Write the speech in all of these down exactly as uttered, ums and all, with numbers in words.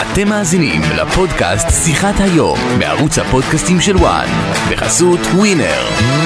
אתם מאזינים לפודקאסט שיחת היום בערוץ הפודקאסטים של וואן בחסות ווינר.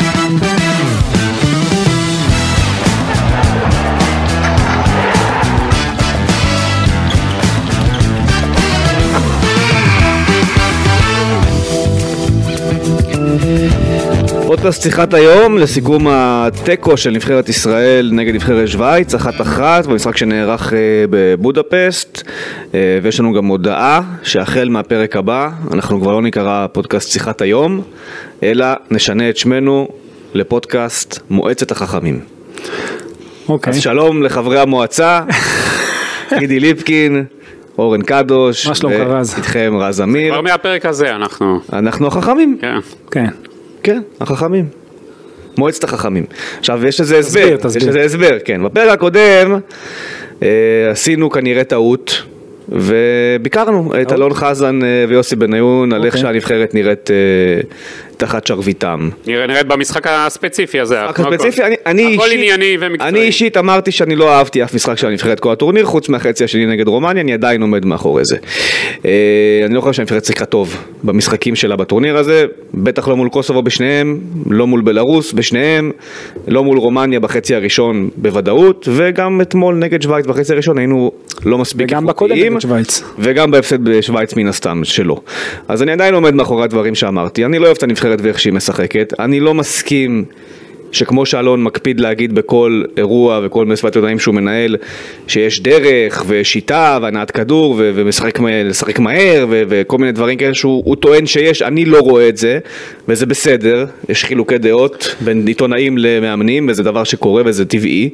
פודקאסט שיחת היום לסיכום הטקו של נבחרת ישראל נגד נבחרת שוויץ, אחת אחת במשחק שנערך בבודפסט, ויש לנו גם הודעה שהחל מהפרק הבא אנחנו כבר לא נקרא פודקאסט שיחת היום, אלא נשנה את שמנו לפודקאסט מועצת החכמים. אוקיי. אז שלום לחברי המועצה, גידי ליפקין, אורן קדוש, מה שלומך רז? איתכם רז אמיר. כבר מהפרק הזה אנחנו. אנחנו החכמים. כן. כן. כן, החכמים. מועצת החכמים. עכשיו, יש איזה הסבר. תסביר. יש איזה הסבר, כן. בפרק הקודם אה, עשינו כנראה טעות, וביקרנו את אלון חזן ויוסי בניון על איך שהנבחרת נראית אה, תחת שרביטם. נראית במשחק הספציפי הזה. המשחק הספציפי, אני, אני, הכל אישית, ענייני ומקצועי. אני אישית אמרתי שאני לא אהבתי אף משחק של הנבחרת כל הטורניר, חוץ מהחצי השני נגד רומניה, אני עדיין עומד מאחורי זה. אני לא חושב שהנבחרת שיחקה טוב במשחקים שלה בטורניר הזה, בטח לא מול קוסובו בשניהם, לא מול בלרוס בשניהם, לא מול רומניה בחצי הראשון בוודאות, וגם אתמול נגד שוויץ בחצי הראשון היינו לא מספיק וגם בקודם נגד שוויץ. וגם בהפסד בשוויץ מן הסתם שלו. אז אני עדיין עומד מאחורי הדברים שאמרתי. אני לא אוהב את הנבחרת ואיך שהיא משחקת. אני לא מסכים שכמו שאלון מקפיד להגיד בכל אירוע וכל מסיבת עיתונאים שהוא מנהל, שיש דרך ושיטה והנעת כדור ו- ומשחק לשחק מהר ו- וכל מיני דברים כאלה שהוא טוען שיש. אני לא רואה את זה, וזה בסדר. יש חילוקי דעות בין עיתונאים למאמנים, וזה דבר שקורה וזה טבעי.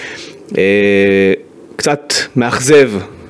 קצת מאכזב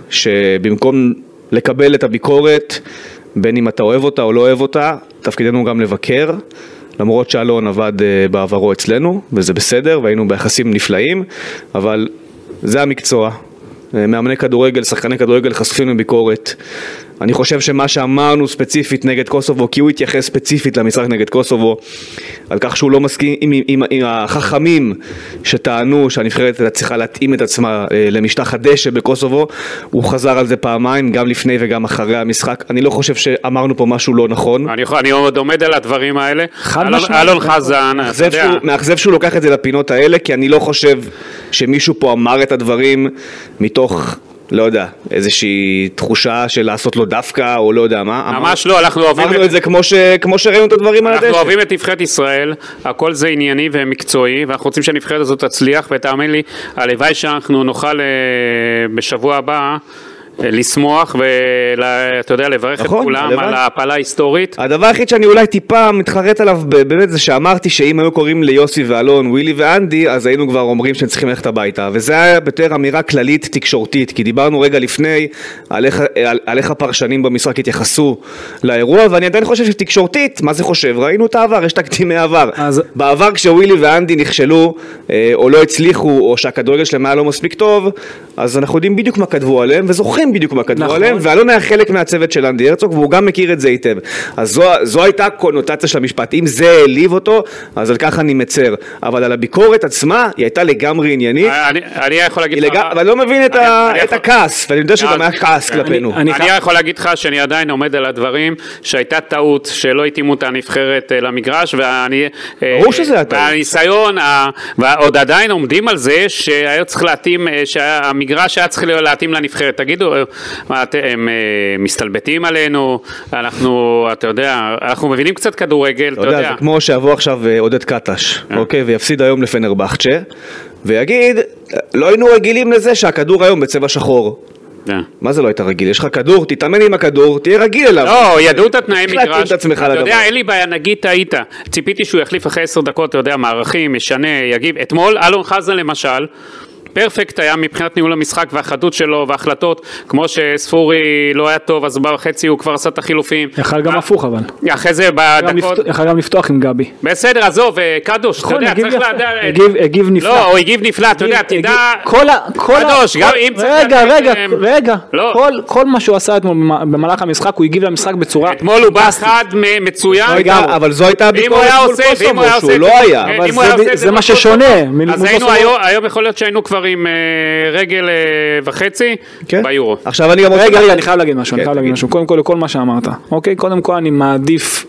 שבמקום לקבל את הביקורת, בין אם אתה אוהב אותה או לא אוהב אותה, תפקידנו גם לבקר, למרות שאלון עבד בעברו אצלנו, וזה בסדר, והיינו ביחסים נפלאים, אבל זה המקצוע. מאמני כדורגל, שחקני כדורגל חשופים לביקורת. אני חושב שמה שאמרנו ספציפית נגד קוסובו, כי הוא התייחס ספציפית למשחק נגד קוסובו, על כך שהוא לא מסכים עם, עם, עם החכמים שטענו שהנבחרת צריכה להתאים את עצמה למשטח הדשא בקוסובו, הוא חזר על זה פעמיים, גם לפני וגם אחרי המשחק. אני לא חושב שאמרנו פה משהו לא נכון. אני, אני עוד עומד על הדברים האלה. אלון חזן, אתה יודע. מאכזב שהוא לוקח את זה לפינות האלה, כי אני לא חושב שמישהו פה אמר את הדברים מתוך... לא יודע, איזושהי תחושה של לעשות לו דווקא, או לא יודע מה. ממש לא, אנחנו אוהבים אמרנו את זה כמו ש... כמו שראינו את הדברים על הדשא. אנחנו אוהבים את נבחרת ישראל, הכל זה ענייני ומקצועי, ואנחנו רוצים שהנבחרת הזאת תצליח, ותאמין לי, הלוואי שאנחנו נוכל בשבוע הבא, לשמוח ואתה יודע לברך את כולם על ההפלה ההיסטורית. הדבר היחיד שאני אולי טיפה מתחרט עליו באמת זה שאמרתי שאם היו קוראים ליוסי ואלון, ווילי ואנדי, אז היינו כבר אומרים שהם צריכים ללכת הביתה, וזה היה יותר אמירה כללית תקשורתית, כי דיברנו רגע לפני על איך, על, על איך הפרשנים במשחק התייחסו לאירוע, ואני עדיין חושב שתקשורתית, מה זה חושב? ראינו את העבר, יש תקדימי עבר. אז... בעבר כשווילי ואנדי נכשלו או לא הצליחו או שהכדורגל שלהם היה לא מספיק טוב, אז אנחנו יודעים בדיוק מה כתבו עליהם וזוכרים בדיוק מה כתבו עליהם, ואלון היה חלק מהצוות של אנדי הרצוג, והוא גם מכיר את זה היטב. אז זו, זו הייתה קונוטציה של המשפט. אם זה העליב אותו, אז על כך אני מצר. אבל על הביקורת עצמה, היא הייתה לגמרי עניינית. אני, אני יכול להגיד לך... אבל לא מבין את, ה, את הכעס, ואני יודע שגם היה כעס כלפינו. אני, אני יכול להגיד לך שאני עדיין עומד על הדברים, שהייתה טעות, שלא התאימו את הנבחרת למגרש, ואני... ברור שזה היה טעות. והניסיון, ועוד עדיין עומדים על זה, שהיה צריך להתאים, שהמגרש היה צריך להתאים לנבחרת. תגידו, מה, הם מסתלבטים עלינו, אנחנו, אתה יודע, אנחנו מבינים קצת כדורגל, אתה יודע. זה כמו שיבוא עכשיו עודד קטש, אוקיי, ויפסיד היום לפנרבחצ'ה, ויגיד, לא היינו רגילים לזה שהכדור היום בצבע שחור. מה זה לא היית רגיל? יש לך כדור, תתאמן עם הכדור, תהיה רגיל אליו. לא, ידעו את התנאי מגרש. אתה יודע, אין לי בעיה, נגיד טעית. ציפיתי שהוא יחליף אחרי עשר דקות, אתה יודע, מערכים, ישנה, יגיב. אתמול, אלון חזן למשל, פרפקט היה מבחינת ניהול המשחק והחדות שלו וההחלטות, כמו שספורי לא היה טוב, אז בחצי הוא כבר עשה את החילופים. יכל גם הפוך אבל. אחרי זה בדקות... יכל גם לפתוח עם גבי. בסדר, עזוב, קדוש, אתה יודע, צריך לדעת... הגיב נפלא. לא, הוא הגיב נפלא, אתה יודע, תדע... קדוש, גם אם צריך... רגע, רגע, רגע. כל מה שהוא עשה במהלך המשחק, הוא הגיב למשחק בצורה... אתמול הוא בא חד מצוין. אבל זו הייתה הביקורת מול קוסובו, שהוא לא היה. זה מה ששונה. היום יכול להיות שהיינו כבר כבר עם רגל וחצי ביורו. עכשיו אני גם רגע, רגע, אני חייב להגיד משהו, אני חייב להגיד משהו, קודם כל לכל מה שאמרת, אוקיי? קודם כל אני מעדיף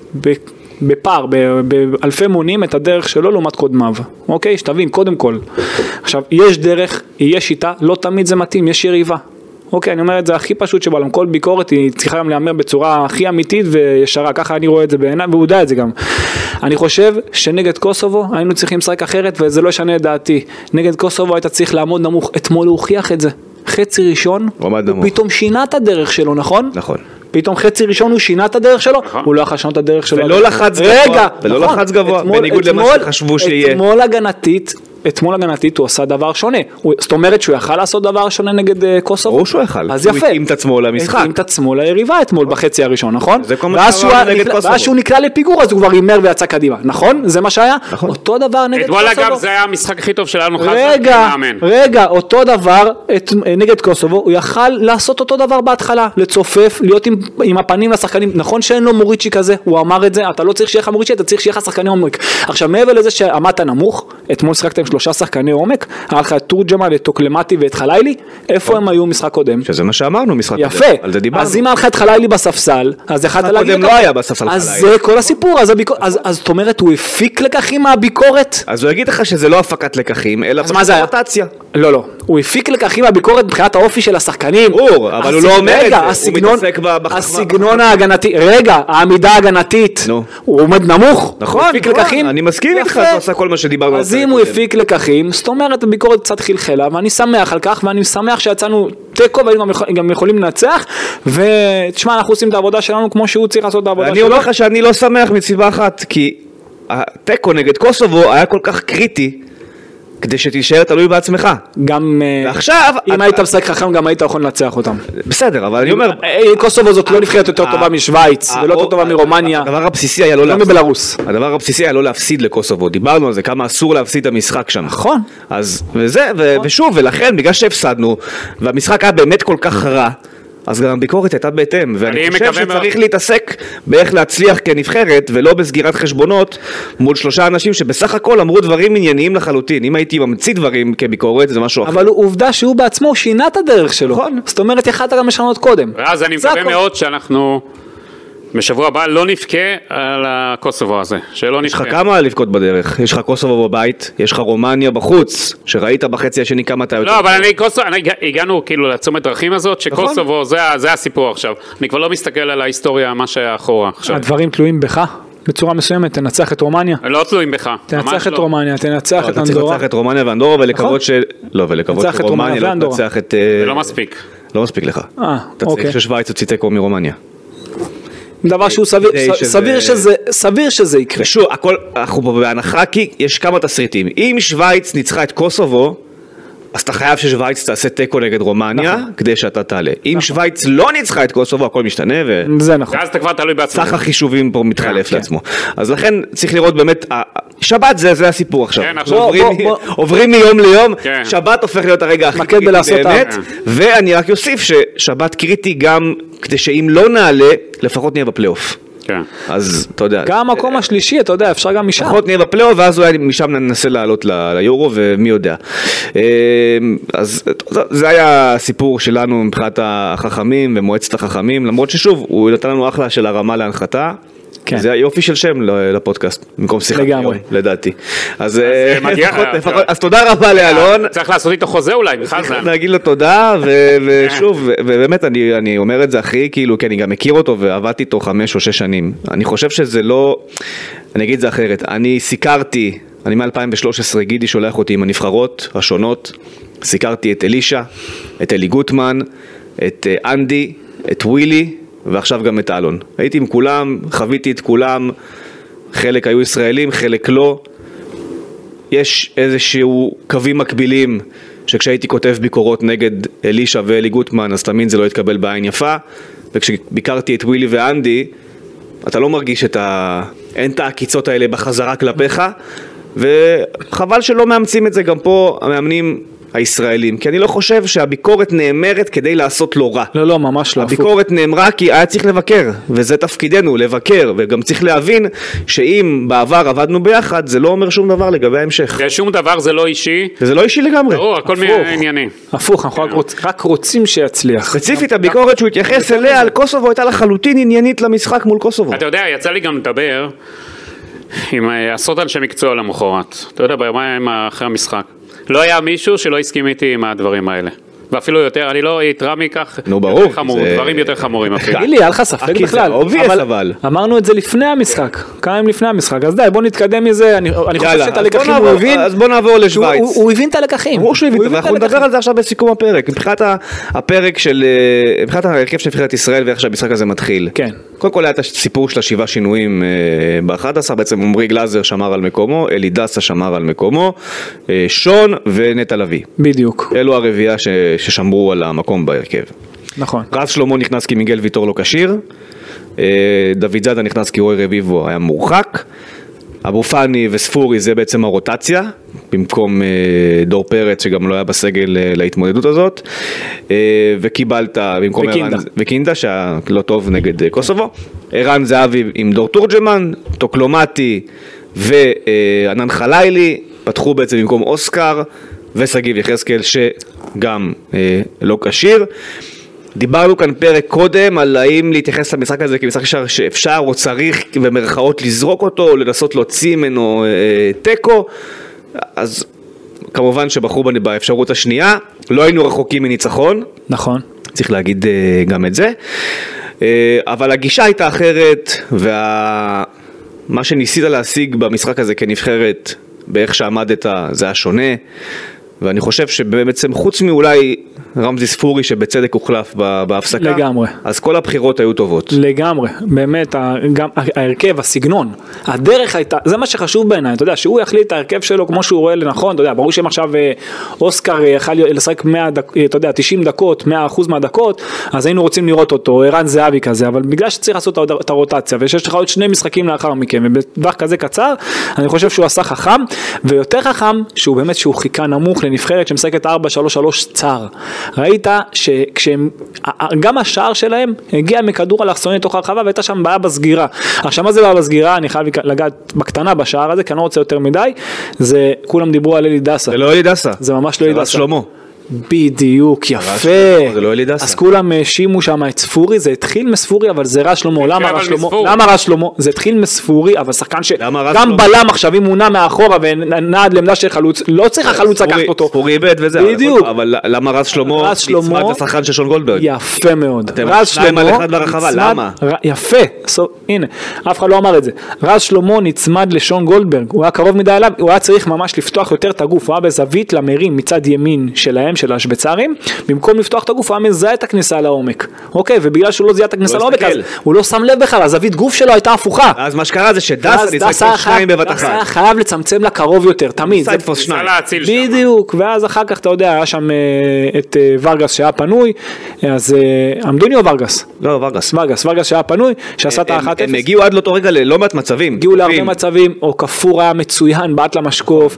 בפער, באלפי מונים את הדרך שלו לעומת קודמיו, אוקיי? שתבין, קודם כל. עכשיו, יש דרך, יש שיטה, לא תמיד זה מתאים, יש יריבה. אוקיי, אני אומר את זה הכי פשוט שבעולם, כל ביקורת היא צריכה גם להאמר בצורה הכי אמיתית וישרה, ככה אני רואה את זה בעיניי, והוא יודע את זה גם. אני חושב שנגד קוסובו היינו צריכים לשחק אחרת, וזה לא ישנה את דעתי. נגד קוסובו היית צריך לעמוד נמוך, אתמול הוא הוכיח את זה. חצי ראשון, הוא פתאום שינה את הדרך שלו, נכון? נכון. פתאום חצי ראשון הוא שינה את הדרך שלו, הוא לא יכול לשנות את הדרך שלו. ולא לחץ גבוה, ולא לחץ גבוה, בניגוד למה שחשבו שיהיה. אתמול הגנתית, אתמול הגנתית הוא עשה דבר שונה, זאת אומרת שהוא יכל לעשות דבר שונה נגד קוסובו. ברור שהוא יכל, אז יפה. הוא התאים את עצמו למשחק. התאים את עצמו ליריבה אתמול בחצי הראשון, נכון? זה כל מה שאמרנו נגד קוסובו. ואז שהוא נקלע לפיגור, אז הוא כבר הימר ויצא קדימה, נכון? זה מה שהיה? אותו דבר נגד קוסובו. אתמול אגב זה היה המשחק הכי טוב שלנו חזק. רגע, רגע, אותו דבר נגד קוסובו, הוא יכל לעשות אותו דבר בהתחלה, לצופף, להיות עם, עם הפנים לשחקנים. נכון שאין לו מוריצ'י כזה, הוא אמר את זה, אתה לא צריך שיהיה לך מוריצ'י, אתה צריך שיהיה לך שחקני עומק. עכשיו מעבר לזה שעמדת נמוך, אתמול שחקתם שלושה שחקני עומק, היה לך את תורג'מן, את טוקלמטי ואת חלילי, איפה הם היו משחק קודם? שזה מה שאמרנו, משחק קודם. יפה, אז אם היה לך את חלילי בספסל, אז יכלת להגיד קודם לא היה בספסל חלילי. אז זה כל הסיפור, אז זאת אומרת, הוא הפיק לקחים מהביקורת? אז הוא יגיד לך שזה לא הפקת לקחים, אלא פרוטציה. לא, לא, הוא הפיק לקחים מהביקורת מבחינת האופי של השחקנים. ברור, אבל הוא לא אומר את זה, הוא מתעסק בחכמה. הסגנון ההגנתי, רגע, העמידה ההגנתית, הוא עומד נמוך, נכון, אני מסכים איתך, הוא עושה כל מה שדיברנו. אז אם הוא הפיק לקחים, זאת אומרת, הביקורת קצת חלחלה, ואני שמח על כך, ואני שמח שיצאנו טקו, והיינו גם יכולים לנצח, ותשמע, אנחנו עושים את העבודה שלנו כמו שהוא צריך לעשות את העבודה שלנו. אני אומר לך שאני לא שמח מסיבה אחת, כי הטקו נגד קוסובו היה כל כך קריטי, כדי שתישאר תלוי בעצמך. גם עכשיו, אם היית משחק חכם, גם היית יכול לנצח אותם. בסדר, אבל אני אומר, קוסובו זאת לא נבחרת יותר טובה משוויץ, ולא יותר טובה מרומניה. הדבר הבסיסי היה לא להפסיד. מבלרוס. הדבר הבסיסי היה לא להפסיד לקוסובו. דיברנו על זה, כמה אסור להפסיד את המשחק שם. נכון. אז, וזה, ושוב, ולכן, בגלל שהפסדנו, והמשחק היה באמת כל כך רע, אז גם הביקורת הייתה בהתאם, ואני חושב שצריך להתעסק באיך להצליח כנבחרת, ולא בסגירת חשבונות מול שלושה אנשים שבסך הכל אמרו דברים ענייניים לחלוטין. אם הייתי ממציא דברים כביקורת, זה משהו אחר. אבל עובדה שהוא בעצמו שינה את הדרך שלו. נכון. זאת אומרת, יכלת גם לשנות קודם. ואז אני מקווה מאוד שאנחנו בשבוע הבא לא נבכה על הקוסובו הזה, שלא נבכה. יש לך כמה לבכות בדרך, יש לך קוסובו בבית, יש לך רומניה בחוץ, שראית בחצי השני כמה אתה יותר. לא, אבל אני קוסובו, הגענו כאילו לצומת דרכים הזאת, שקוסובו זה הסיפור עכשיו. אני כבר לא מסתכל על ההיסטוריה, מה שהיה אחורה עכשיו. הדברים תלויים בך. בצורה מסוימת, תנצח את רומניה. לא תלויים בך. תנצח את רומניה, תנצח את אנדורה. אתה צריך לנצח את רומניה ואנדורה ולקוות ש... לא, ולקוות שרומניה לא תנצח את... זה לא מספיק. לא מספיק לך. אתה צריך ששוויץ יוציא תיקו מרומניה. דבר שהוא סביר, סביר שזה, סביר שזה יקרה. שוב, הכל, אנחנו פה בהנחה כי יש כמה תסריטים. אם שוויץ ניצחה את קוסובו, אז אתה חייב ששוויץ תעשה טקו נגד רומניה, כדי שאתה תעלה. אם שוויץ לא ניצחה את קוסובו, הכל משתנה, זה נכון. ואז אתה כבר תלוי בעצמו. סך החישובים פה מתחלף לעצמו. אז לכן צריך לראות באמת, שבת זה הסיפור עכשיו. עוברים מיום ליום, שבת הופך להיות הרגע הכי קריטי באמת, ואני רק יוסיף ששבת קריטי גם כדי שאם לא נעלה, לפחות נהיה בפלייאוף. אז אתה יודע. גם המקום השלישי, אתה יודע, אפשר גם משם. לפחות נהיה בפלייאוף, ואז אולי משם ננסה לעלות ליורו, ומי יודע. אז זה היה הסיפור שלנו מבחינת החכמים ומועצת החכמים, למרות ששוב, הוא נתן לנו אחלה של הרמה להנחתה. זה היופי של שם לפודקאסט, במקום שיחת היום, לדעתי. אז תודה רבה לאלון. צריך לעשות איתו חוזה אולי, בחזן. נגיד לו תודה, ושוב, ובאמת אני אומר את זה הכי, כאילו, כי אני גם מכיר אותו, ועבדתי איתו חמש או שש שנים. אני חושב שזה לא, אני אגיד את זה אחרת, אני סיקרתי, אני מ-אלפיים ושלוש עשרה גידי שולח אותי עם הנבחרות השונות, סיקרתי את אלישה, את אלי גוטמן, את אנדי, את ווילי, ועכשיו גם את אלון. הייתי עם כולם, חוויתי את כולם, חלק היו ישראלים, חלק לא. יש איזשהו קווים מקבילים, שכשהייתי כותב ביקורות נגד אלישה ואלי גוטמן, אז תמיד זה לא התקבל בעין יפה, וכשביקרתי את ווילי ואנדי, אתה לא מרגיש את ה... אין את העקיצות האלה בחזרה כלפיך, וחבל שלא מאמצים את זה גם פה המאמנים הישראלים, כי אני לא חושב שהביקורת נאמרת כדי לעשות לו רע. לא, לא, ממש לא. הביקורת נאמרה כי היה צריך לבקר, וזה תפקידנו, לבקר, וגם צריך להבין שאם בעבר עבדנו ביחד, זה לא אומר שום דבר לגבי ההמשך. ושום דבר זה לא אישי. וזה לא אישי לגמרי. ברור, הכל מענייני. הפוך, אנחנו רק רוצים שיצליח. ספציפית, הביקורת שהוא התייחס אליה על קוסובו הייתה לחלוטין עניינית למשחק מול קוסובו. אתה יודע, יצא לי גם לדבר עם עשרות אנשי מקצוע למחרת. אתה יודע, ביומיים אחרי המשחק. לא היה מישהו שלא הסכים איתי עם הדברים האלה. ואפילו יותר, אני לא אתרע מכך, נו ברור, דברים יותר חמורים אפילו. תגיד לי, היה לך ספק בכלל, אבל אמרנו את זה לפני המשחק, כמה ימים לפני המשחק, אז די, בוא נתקדם מזה, אני חושב שאת הלקחים הוא הבין, אז בוא נעבור לשוויץ. הוא הבין את הלקחים. ברור שהוא הבין, ואנחנו נדבר על זה עכשיו בסיכום הפרק, מבחינת הפרק של, מבחינת ההרכב של נבחרת ישראל ואיך שהמשחק הזה מתחיל. כן. קודם כל היה את הסיפור של השבעה שינויים ב-אחד עשר, בעצם עמרי גלאזר שמר על מקומו, אלי דסה שמר על מקומו, שון ונטע לביא. בדיוק. אלו הרביעייה ששמרו על המקום בהרכב. נכון. רז שלמה נכנס כי מיגל ויטור לא כשיר, דוד זאדה נכנס כי רוי רביבו היה מורחק, אבו פאני וספורי זה בעצם הרוטציה, במקום דור פרץ שגם לא היה בסגל להתמודדות הזאת, וקיבלת במקום וקינדה. ערן, וקינדה שהיה לא טוב נגד קוסובו, ערן זהבי עם דור תורג'מן, טוקלומטי וענן חלילי, פתחו בעצם במקום אוסקר, וסגיב יחזקאל שגם אה, לא כשיר. דיברנו כאן פרק קודם על האם להתייחס למשחק הזה כמשחק שאפשר או צריך במרכאות לזרוק אותו או לנסות להוציא ממנו אה, טקו, אז כמובן שבחרו באפשרות השנייה, לא היינו רחוקים מניצחון, נכון, צריך להגיד אה, גם את זה, אה, אבל הגישה הייתה אחרת, ומה וה... שניסית להשיג במשחק הזה כנבחרת באיך שעמדת זה היה שונה, ואני חושב שבעצם חוץ מאולי רמזי ספורי שבצדק הוחלף בהפסקה, לגמרי. אז כל הבחירות היו טובות. לגמרי, באמת, גם ההרכב, הסגנון, הדרך הייתה, זה מה שחשוב בעיניי, אתה יודע, שהוא יחליט את ההרכב שלו כמו שהוא רואה לנכון, אתה יודע, ברור שהם עכשיו אוסקר יכל לשחק מאה, אתה יודע, תשעים דקות, מאה אחוז מהדקות, אז היינו רוצים לראות אותו, ערן זהבי כזה, אבל בגלל שצריך לעשות את הרוטציה, ושיש לך עוד שני משחקים לאחר מכם, ובטווח כזה קצר, אני חושב שהוא עשה חכם, ויותר חכם, שהוא באמת שהוא חיכה נמוך לנבחרת שמשחקת ארבע שלוש שלוש צר. ראית שכשהם, גם השער שלהם הגיע מכדור אלכסוני לתוך הרחבה, והייתה שם בעיה בסגירה. עכשיו מה זה בעיה בסגירה? אני חייב לגעת בקטנה בשער הזה, כי אני לא רוצה יותר מדי, זה, כולם דיברו על אלי דסה. זה לא אלי דסה. זה ממש לא אלי דסה. זה רז שלמה. בדיוק, יפה. זה לא אלי דסה. אז כולם האשימו שם את ספורי, זה התחיל מספורי, אבל זה רז שלמה. למה רז שלמה? למה רז שלמה? זה התחיל מספורי, אבל שחקן שגם בלם עכשיו אם הוא נע מאחורה ונעד לעמדה של חלוץ, לא צריך החלוץ לקחת אותו. ספורי איבד וזה. בדיוק. אבל למה רז שלמה נצמד לשחקן של שון גולדברג? יפה מאוד. רז שלמה למה? יפה. הנה, אף אחד לא אמר את זה. רז שלמה נצמד לשון גולדברג, הוא היה קרוב מדי אליו, הוא היה צריך ממש לפתוח יותר את הגוף, הוא היה בזווית למרים מצד ימין שלהם, של השבצרים, במקום לפתוח את הגוף, הוא היה מזהה את הכניסה לעומק. אוקיי, ובגלל שהוא לא זיהה את הכניסה לעומק, אז הוא לא שם לב בכלל, הזווית גוף שלו הייתה הפוכה. אז מה שקרה זה שדסה נצטרך שניים בבת אחת. דסה חייב לצמצם לקרוב יותר, תמיד. בדיוק, ואז אחר כך אתה יודע, היה שם את ורגס שהיה פנוי, אז עמדוני או ורגס? לא, ורגס. ורגס, ורגס שהיה פנוי, שעשה את האחת אפס. הם הגיעו עד לאותו רגע ללא מעט מצבים. הגיעו להרבה מצבים, או כפור היה מצוין, בעט למשקוף,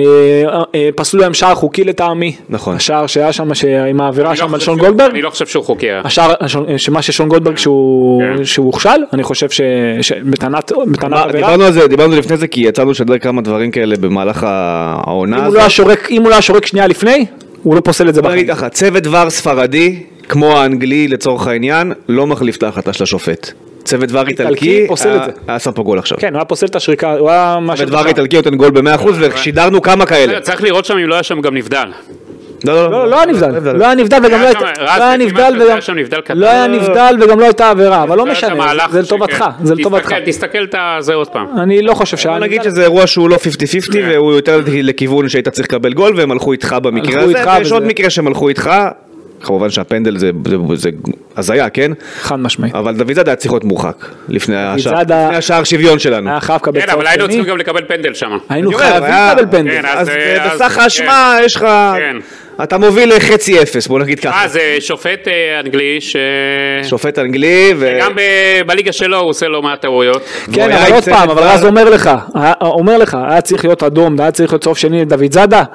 פסלו להם שער חוקי לטעמי. נכון. השער שהיה שם, עם העבירה שם על שון גולדברג. אני לא חושב שהוא חוקי. השער, שמה ששון גולדברג שהוא הוכשל, אני חושב שבטענת עבירה. דיברנו על זה, דיברנו לפני זה, כי יצאנו לשדר כמה דברים כאלה במהלך העונה. אם הוא לא היה שורק שנייה לפני, הוא לא פוסל את זה בחיים. ככה, צוות דבר ספרדי, כמו האנגלי לצורך העניין, לא מחליף את ההחלטה של השופט. צוות דבר איטלקי, היה שם פה גול עכשיו. כן, הוא היה פוסל את השריקה, צוות דבר איטלקי נותן גול ב-מאה אחוז, ושידרנו כמה כאלה. צריך לראות שם אם לא היה שם גם נבדל. לא, לא, לא היה נבדל, לא היה נבדל וגם לא היה נבדל וגם לא היה נבדל וגם לא הייתה עבירה, אבל לא משנה, זה לטובתך, זה לטובתך. תסתכל את זה עוד פעם. אני לא חושב שהיה נבדל. נגיד שזה אירוע שהוא לא חמישים חמישים והוא יותר לכיוון שהיית צריך לקבל גול והם הלכו איתך במקרה הזה, ויש עוד מקרה שהם הלכו איתך, כמובן שהפנדל זה הזיה, כן? חד משמעית. אבל דוד זאדה היה צריך להיות מורחק, לפני זאדה... השער שוויון שלנו. היה חייב לקבל כן, אבל היינו צריכים גם לקבל פנדל שם. היינו חייבים לקבל פנדל. כן, אז אז- בסך אז- האשמה יש לך... כן. אתה מוביל לחצי אפס, בוא נגיד ככה. אה, זה שופט אה, אנגלי, ש... שופט אנגלי ו... גם ב- בליגה שלו הוא עושה לא מעט טעויות. כן, היה אבל עוד יצא פעם, אבל כבר- אז אומר לך, היה- אומר לך, היה צריך להיות אדום, היה צריך להיות סוף שני לדוד זאדה.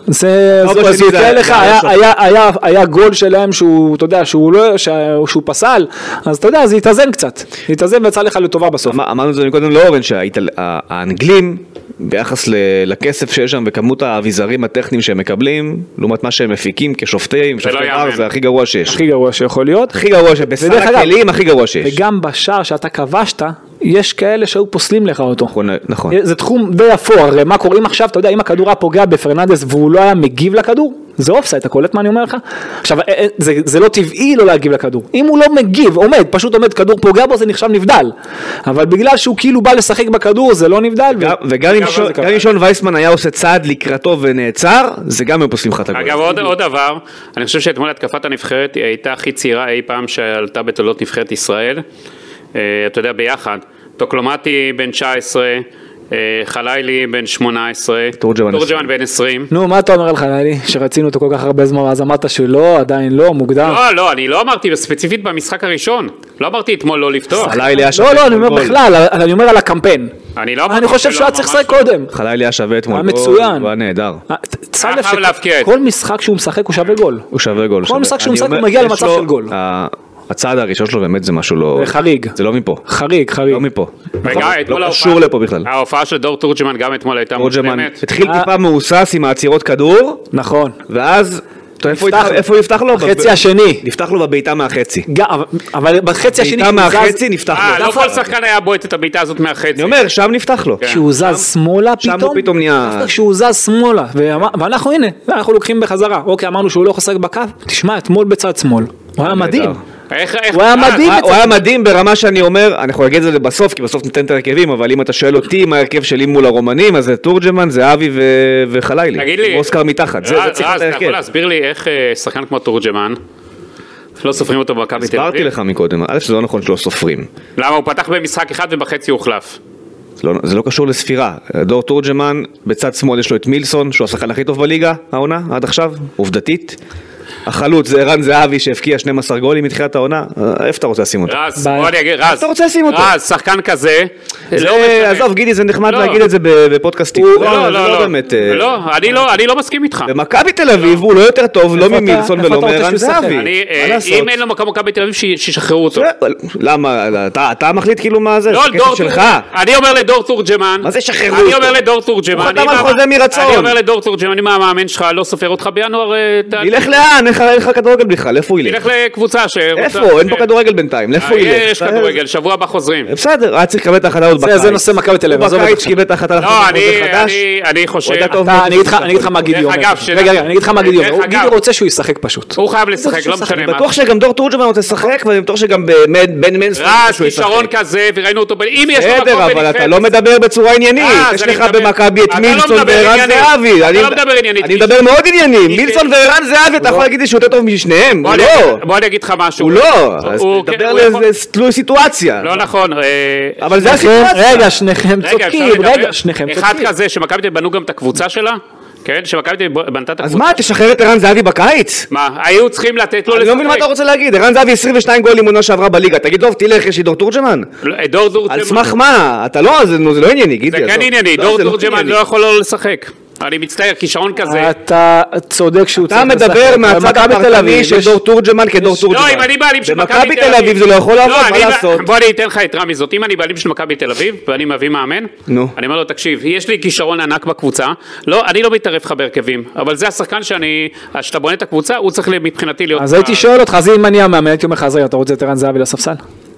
זה, לא זה בשני זה יקרה זה- לך, זה היה, היה היה, היה, היה גול שלהם שהוא, אתה יודע, שהוא לא, שהוא, שהוא פסל, אז אתה יודע, זה התאזן קצת, התאזן ויצא לך לטובה בסוף. אמר- אמרנו את זה קודם לאורן, שהאנגלים, ביחס ל- לכסף שיש שם וכמות האביזרים הטכניים שהם מקבלים, לעומת מה שהם מפיקים כשופטים, שופטי יאמן. בר, זה הכי גרוע שיש. הכי גרוע שיכול להיות. הכי גרוע שבסל ודרך אגב- הכלים הכי גרוע שיש. וגם בשער שאתה כבשת, יש כאלה שהיו פוסלים לך אותו. נכון, נכון. זה תחום די אפור, הרי מה קורה אם עכשיו, אתה יודע, אם הכדור היה פוגע בפרננדס והוא לא היה מגיב לכדור, זה אופסייד, אתה קולט מה אני אומר לך? עכשיו, זה, זה לא טבעי לא להגיב לכדור, אם הוא לא מגיב, עומד, פשוט עומד, כדור פוגע בו, זה נחשב נבדל, אבל בגלל שהוא כאילו בא לשחק בכדור, זה לא נבדל. גם- וגם אם שון- גם אם שון וייסמן היה עושה צעד לקראתו ונעצר, זה גם הם פוסלים לך את הגול. אגב, עוד, עוד דבר, אני חושב שאתמול התקפת הנבחרת היא הייתה הכי צעירה אי פעם שעלתה בתולדות נבחרת ישראל, אה, אתה יודע, ביחד, טוקלומטי בן תשע עשרה, אה, חלילי בן שמונה עשרה, תורג'מן תורג'מן בן עשרים. נו, מה אתה אומר לך, נאלי, שרצינו אותו כל כך הרבה זמן, אז אמרת שלא, עדיין לא, מוקדם. לא, לא, אני לא אמרתי ספציפית במשחק הראשון, לא אמרתי אתמול לא לפתוח. חלילי היה שווה לא, לא, אני אתמול אומר גול. בכלל, אני אומר על הקמפיין. אני לא אמרתי אני חושב שלא, שהוא היה צריך ממש לשחק לא. קודם. חלילי היה שווה אתמול היה גול, מצוין. הוא היה נהדר. אה, שם היה לב חייב להבקיע את שכל משחק שהוא משחק הוא שווה גול. הוא שווה גול. כל שווה. משחק שהוא אני משחק אומר, הוא מגיע יש למצב לו- של גול. ה- הצעד הראשון שלו באמת זה משהו לא... זה חריג. זה לא מפה. חריג, חריג. לא מפה. וגם אתמול לא ההופעה- קשור לפה בכלל. ההופעה של דור תורג'מן גם אתמול הייתה תורג'מן מושלמת. התחיל אה. טיפה מהוסס עם העצירות כדור, נכון. ואז... אתה יודע, איפה נפתח הוא- לו. איפה הוא יפתח לו? החצי בב- השני. נפתח לו בביתה מהחצי. גם- אבל- אבל בחצי השני בעיטה שהוא זז- מהחצי נפתח אה, לו. לא כל שחקן היה בועט את הבעיטה הזאת מהחצי. אני אומר, שם נפתח לו. כשהוא זז שמאלה שם פתאום, הוא פתאום נהיה- דווקא כשהוא זז שמאלה, ואמר- ואנחנו הנה, אנחנו לוקחים בחזרה, אוקיי, אמרנו שהוא לא יכול לשחק בקו, תשמע, אתמול בצד שמאל, הוא היה מדהים, נהדר. איך- איך- הוא היה אה, מדהים. הוא היה מדהים ברמה שאני אומר, אנחנו נגיד את זה בסוף, כי בסוף ניתן את ההרכבים, אבל אם אתה שואל אותי מה ההרכב שלי מול הרומנים, אז זה תורג'מן, זה אבי ו- וחלילי. תגיד לי, אוסקר מתחת, זה זה רז, צריך להיות רז, אתה ההרכב. יכול להסביר לי איך אה, שחקן כמו תורג'מן, לא סופרים אותו במכבי תל הסברתי אביב? לך מקודם, א' שזה לא נכון שלא סופרים. למה הוא פתח במשחק אחד ובחצי הוא הוחלף? זה לא, זה לא קשור לספירה. דור תורג'מן, בצד שמאל יש לו את מילסון, שהוא השחקן הכי טוב בליגה, העונה, עד עכשיו, עובדתית. החלוץ זה ערן זהבי שהבקיע שנים עשר גולים מתחילת העונה, איפה אתה רוצה לשים אותו? רז, ביי. בוא אני אגיד, רז, אתה רוצה לשים אותו? רז, שחקן כזה, זה, לא משנה. עזוב, גידי, זה נחמד לא. להגיד את זה בפודקאסטים. לא, זה לא, לא, באמת... אה, לא, אני לא, אני לא מסכים איתך. במכבי תל אביב הוא לא יותר טוב, לא איפה אתה- ממילסון איפה ולא אתה רוצה מערן שהוא ישחק? זהבי. אני, מה אה, לעשות? אם אין לו מקום במכבי תל אביב, ש- שישחררו אותו. זה- למה? אתה אתה מחליט כאילו מה זה? לא, זה דור כסף שלך. תורג'מן, אני אומר לדור תורג'מן, מה זה שחררו אני אותו? אומר לדור תורג'מן, הוא אני חתם על מה- חוזה מרצון. אני אומר לדור תורג'מן, אם המאמן שלך לא סופר אותך בינואר, אה, ת- ילך לאן? איך אין לך כדורגל בכלל? איפה הוא ילך? תלך לקבוצה ש... איפה? אין פה כדורגל בינתיים. לאיפה הוא ילך? יש כדורגל, שבוע הבא חוזרים. בסדר, היה צריך לקבל את ההחלטה עוד זה- בקיץ. זה נושא מכבי תל אביב, הוא עזוב את בקיץ זה. קיבל את ההחלטה לא, לחזור אני, לחוזה חדש. אני, אני חושב... הוא יודע טוב. אתה- אני אגיד לך- אני אגיד לך מה גידי דרך אומר, אגב, שאלה- רגע, רגע, אני אגיד לך מה גידי אומר, דרך הוא- אגב- גידי רוצה שהוא ישחק פשוט, הוא חייב לשחק, לא משנה אני מה. בטוח שגם דור תורג'מן רוצה לשחק, ואני בטוח שגם בן מנסון רז, כישרון כזה, וראינו אותו, ב- אם יש לו מקום בסדר, אבל בנבחרת- אתה לא מדבר בצורה עניינית. אה, יש אז אני לך מדבר- במכבי את אתה לא מילסון מדבר וערן עניינית. זהבי. אתה אני- לא מדבר עניינית. אני מדבר מאוד ענייני. כי- מילסון וערן זהבי, אתה יכול להגיד לי שהוא יותר טוב משניהם? בוא הוא אני לא. אגיד- בוא אני אגיד לך משהו. הוא לא. אז הוא- תדבר הוא יכול- לתלוי סיטואציה. לא נכון. אה, אבל זה שניכם- הסיטואציה. רגע, שניכם רגע, אפשר צודקים, לדבר? רגע, שניכם אחד צודקים, כזה שמכבי תל אביב בנו גם את הקבוצה שלה, כן? שמכבי תל אביב בנתה את אז הקבוצה. מה, תשחרר את ערן זהבי בקיץ? מה, היו צריכים לתת לו אני לא מבין מה אתה רוצה להגיד. ערן זהבי עשרים ושתיים גולים עונה שעברה בליגה. תגיד, טוב, תלך, יש לי דור תורג'מן. דור תורג'מן. על סמך מה? אתה לא, זה זה לא ענייני, גידי. זה כן עזוב. ענייני, לא, דור זה לא תורג'מן ענייני. לא יכול לא לשחק. אני מצטער, כישרון כזה. אתה צודק שהוא אתה צריך מדבר לשחק. מהצד במכבי תל הפרטני אביב של יש- דור תורג'מן כדור תורג'מן. לא, אם אני בעלים של מכבי במכבי תל אביב זה לא יכול לעבוד, מה אני- לעשות? בוא אני אתן לך יתרה מזאת, אם אני בעלים של מכבי תל אביב ואני מביא מאמן, נו. אני אומר לו תקשיב, יש לי כישרון ענק בקבוצה, לא, אני לא מתערב לך בהרכבים, אבל זה השחקן שאני, שאתה בונה את הקבוצה, הוא צריך מבחינתי להיות... אז הייתי שואל אותך, אז אם אני המאמן, הייתי אומר לך, אז רגע, אתה רוצה את ערן זהבי לספסל?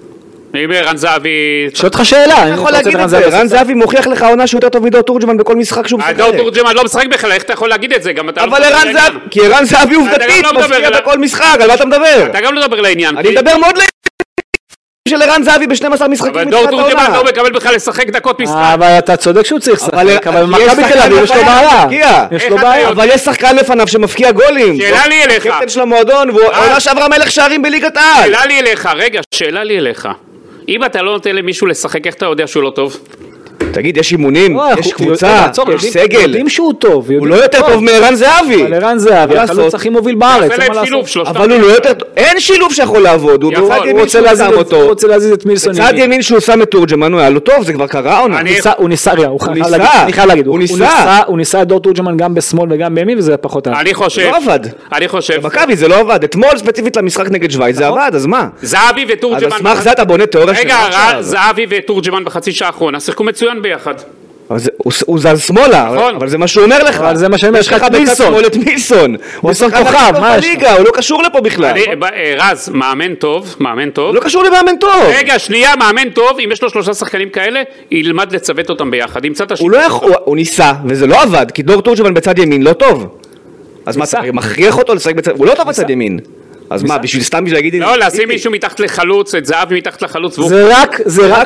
אם ערן זהבי... שואל אותך שאלה, אתה אם יכול אתה רוצה להגיד ערן את זה, זהבי ערן לספסל. זהבי מוכיח לך עונה שהוא יותר טוב מדור תורג'מן בכל משחק שהוא משחק. דור תורג'מן לא משחק בכלל, איך אתה יכול להגיד את זה? גם אתה לא אבל מדבר ערן לעניין. זהבי, כי ערן זהבי עובדתית לא מדבר מפקיע אליי. בכל משחק, על מה אתה מדבר? אתה גם לא מדבר לעניין. אני כי- מדבר מאוד לעניין של ערן זהבי ב-שנים עשר משחקים אבל דור תורג'מן לא מקבל בכלל לשחק דקות משחק. אבל אתה צודק שהוא צריך לשחק, אבל מכבי תל אביב יש לו בעיה. יש לו בעיה. אבל יש שחקן לפניו שמפקיע גולים. שאלה לי אליך. קפטן של המועדון, והוא עונה שעברה מלך שערים בליגת העל. שאלה לי אליך, רגע, שאלה לי אליך. אם אתה לא נותן למישהו לשחק, איך אתה יודע שהוא לא טוב? תגיד, יש אימונים, יש קבוצה, יש סגל. יודעים שהוא טוב. הוא לא יותר טוב מערן זהבי. אבל ערן זהבי, החלוץ הכי מוביל בארץ. אבל הוא לא יותר טוב, אין שילוב שיכול לעבוד. הוא רוצה להזיז את מילסון. בצד ימין שהוא שם את תורג'מן, הוא היה לו טוב, זה כבר קרה עונה. הוא ניסה, אני חייב להגיד, הוא ניסה את דור תורג'מן גם בשמאל וגם בימין, וזה פחות היה. אני חושב, לא עבד. אני חושב. במכבי זה לא עבד. אתמול ספציפית למשחק נגד שווייץ זה עבד, אז מה? זהבי ותורג'מן. אז סמך זה אתה בונה תיאוריה רגע, זהבי ותורג'מן בחצי שעה האחרונה שיחקו מצוין ביחד. הוא זז שמאלה, אבל זה מה שהוא אומר לך. אבל זה מה שאומר, יש לך את מילסון. את מילסון. הוא שחקן כוכב, מה יש לך? הוא לא קשור לפה בכלל. רז, מאמן טוב, מאמן טוב. הוא לא קשור למאמן טוב. רגע, שנייה, מאמן טוב, אם יש לו שלושה שחקנים כאלה, ילמד לצוות אותם ביחד. הוא ניסה, וזה לא עבד, כי דור תורג'מן בצד ימין לא טוב. אז מה, אתה מכריח אותו לשחק בצד... הוא לא טוב בצד ימין. אז מה, בשביל סתם בשביל להגיד... לא, לשים מישהו מתחת לחלוץ, את זהבי מתחת לחלוץ. זה רק, זה רק,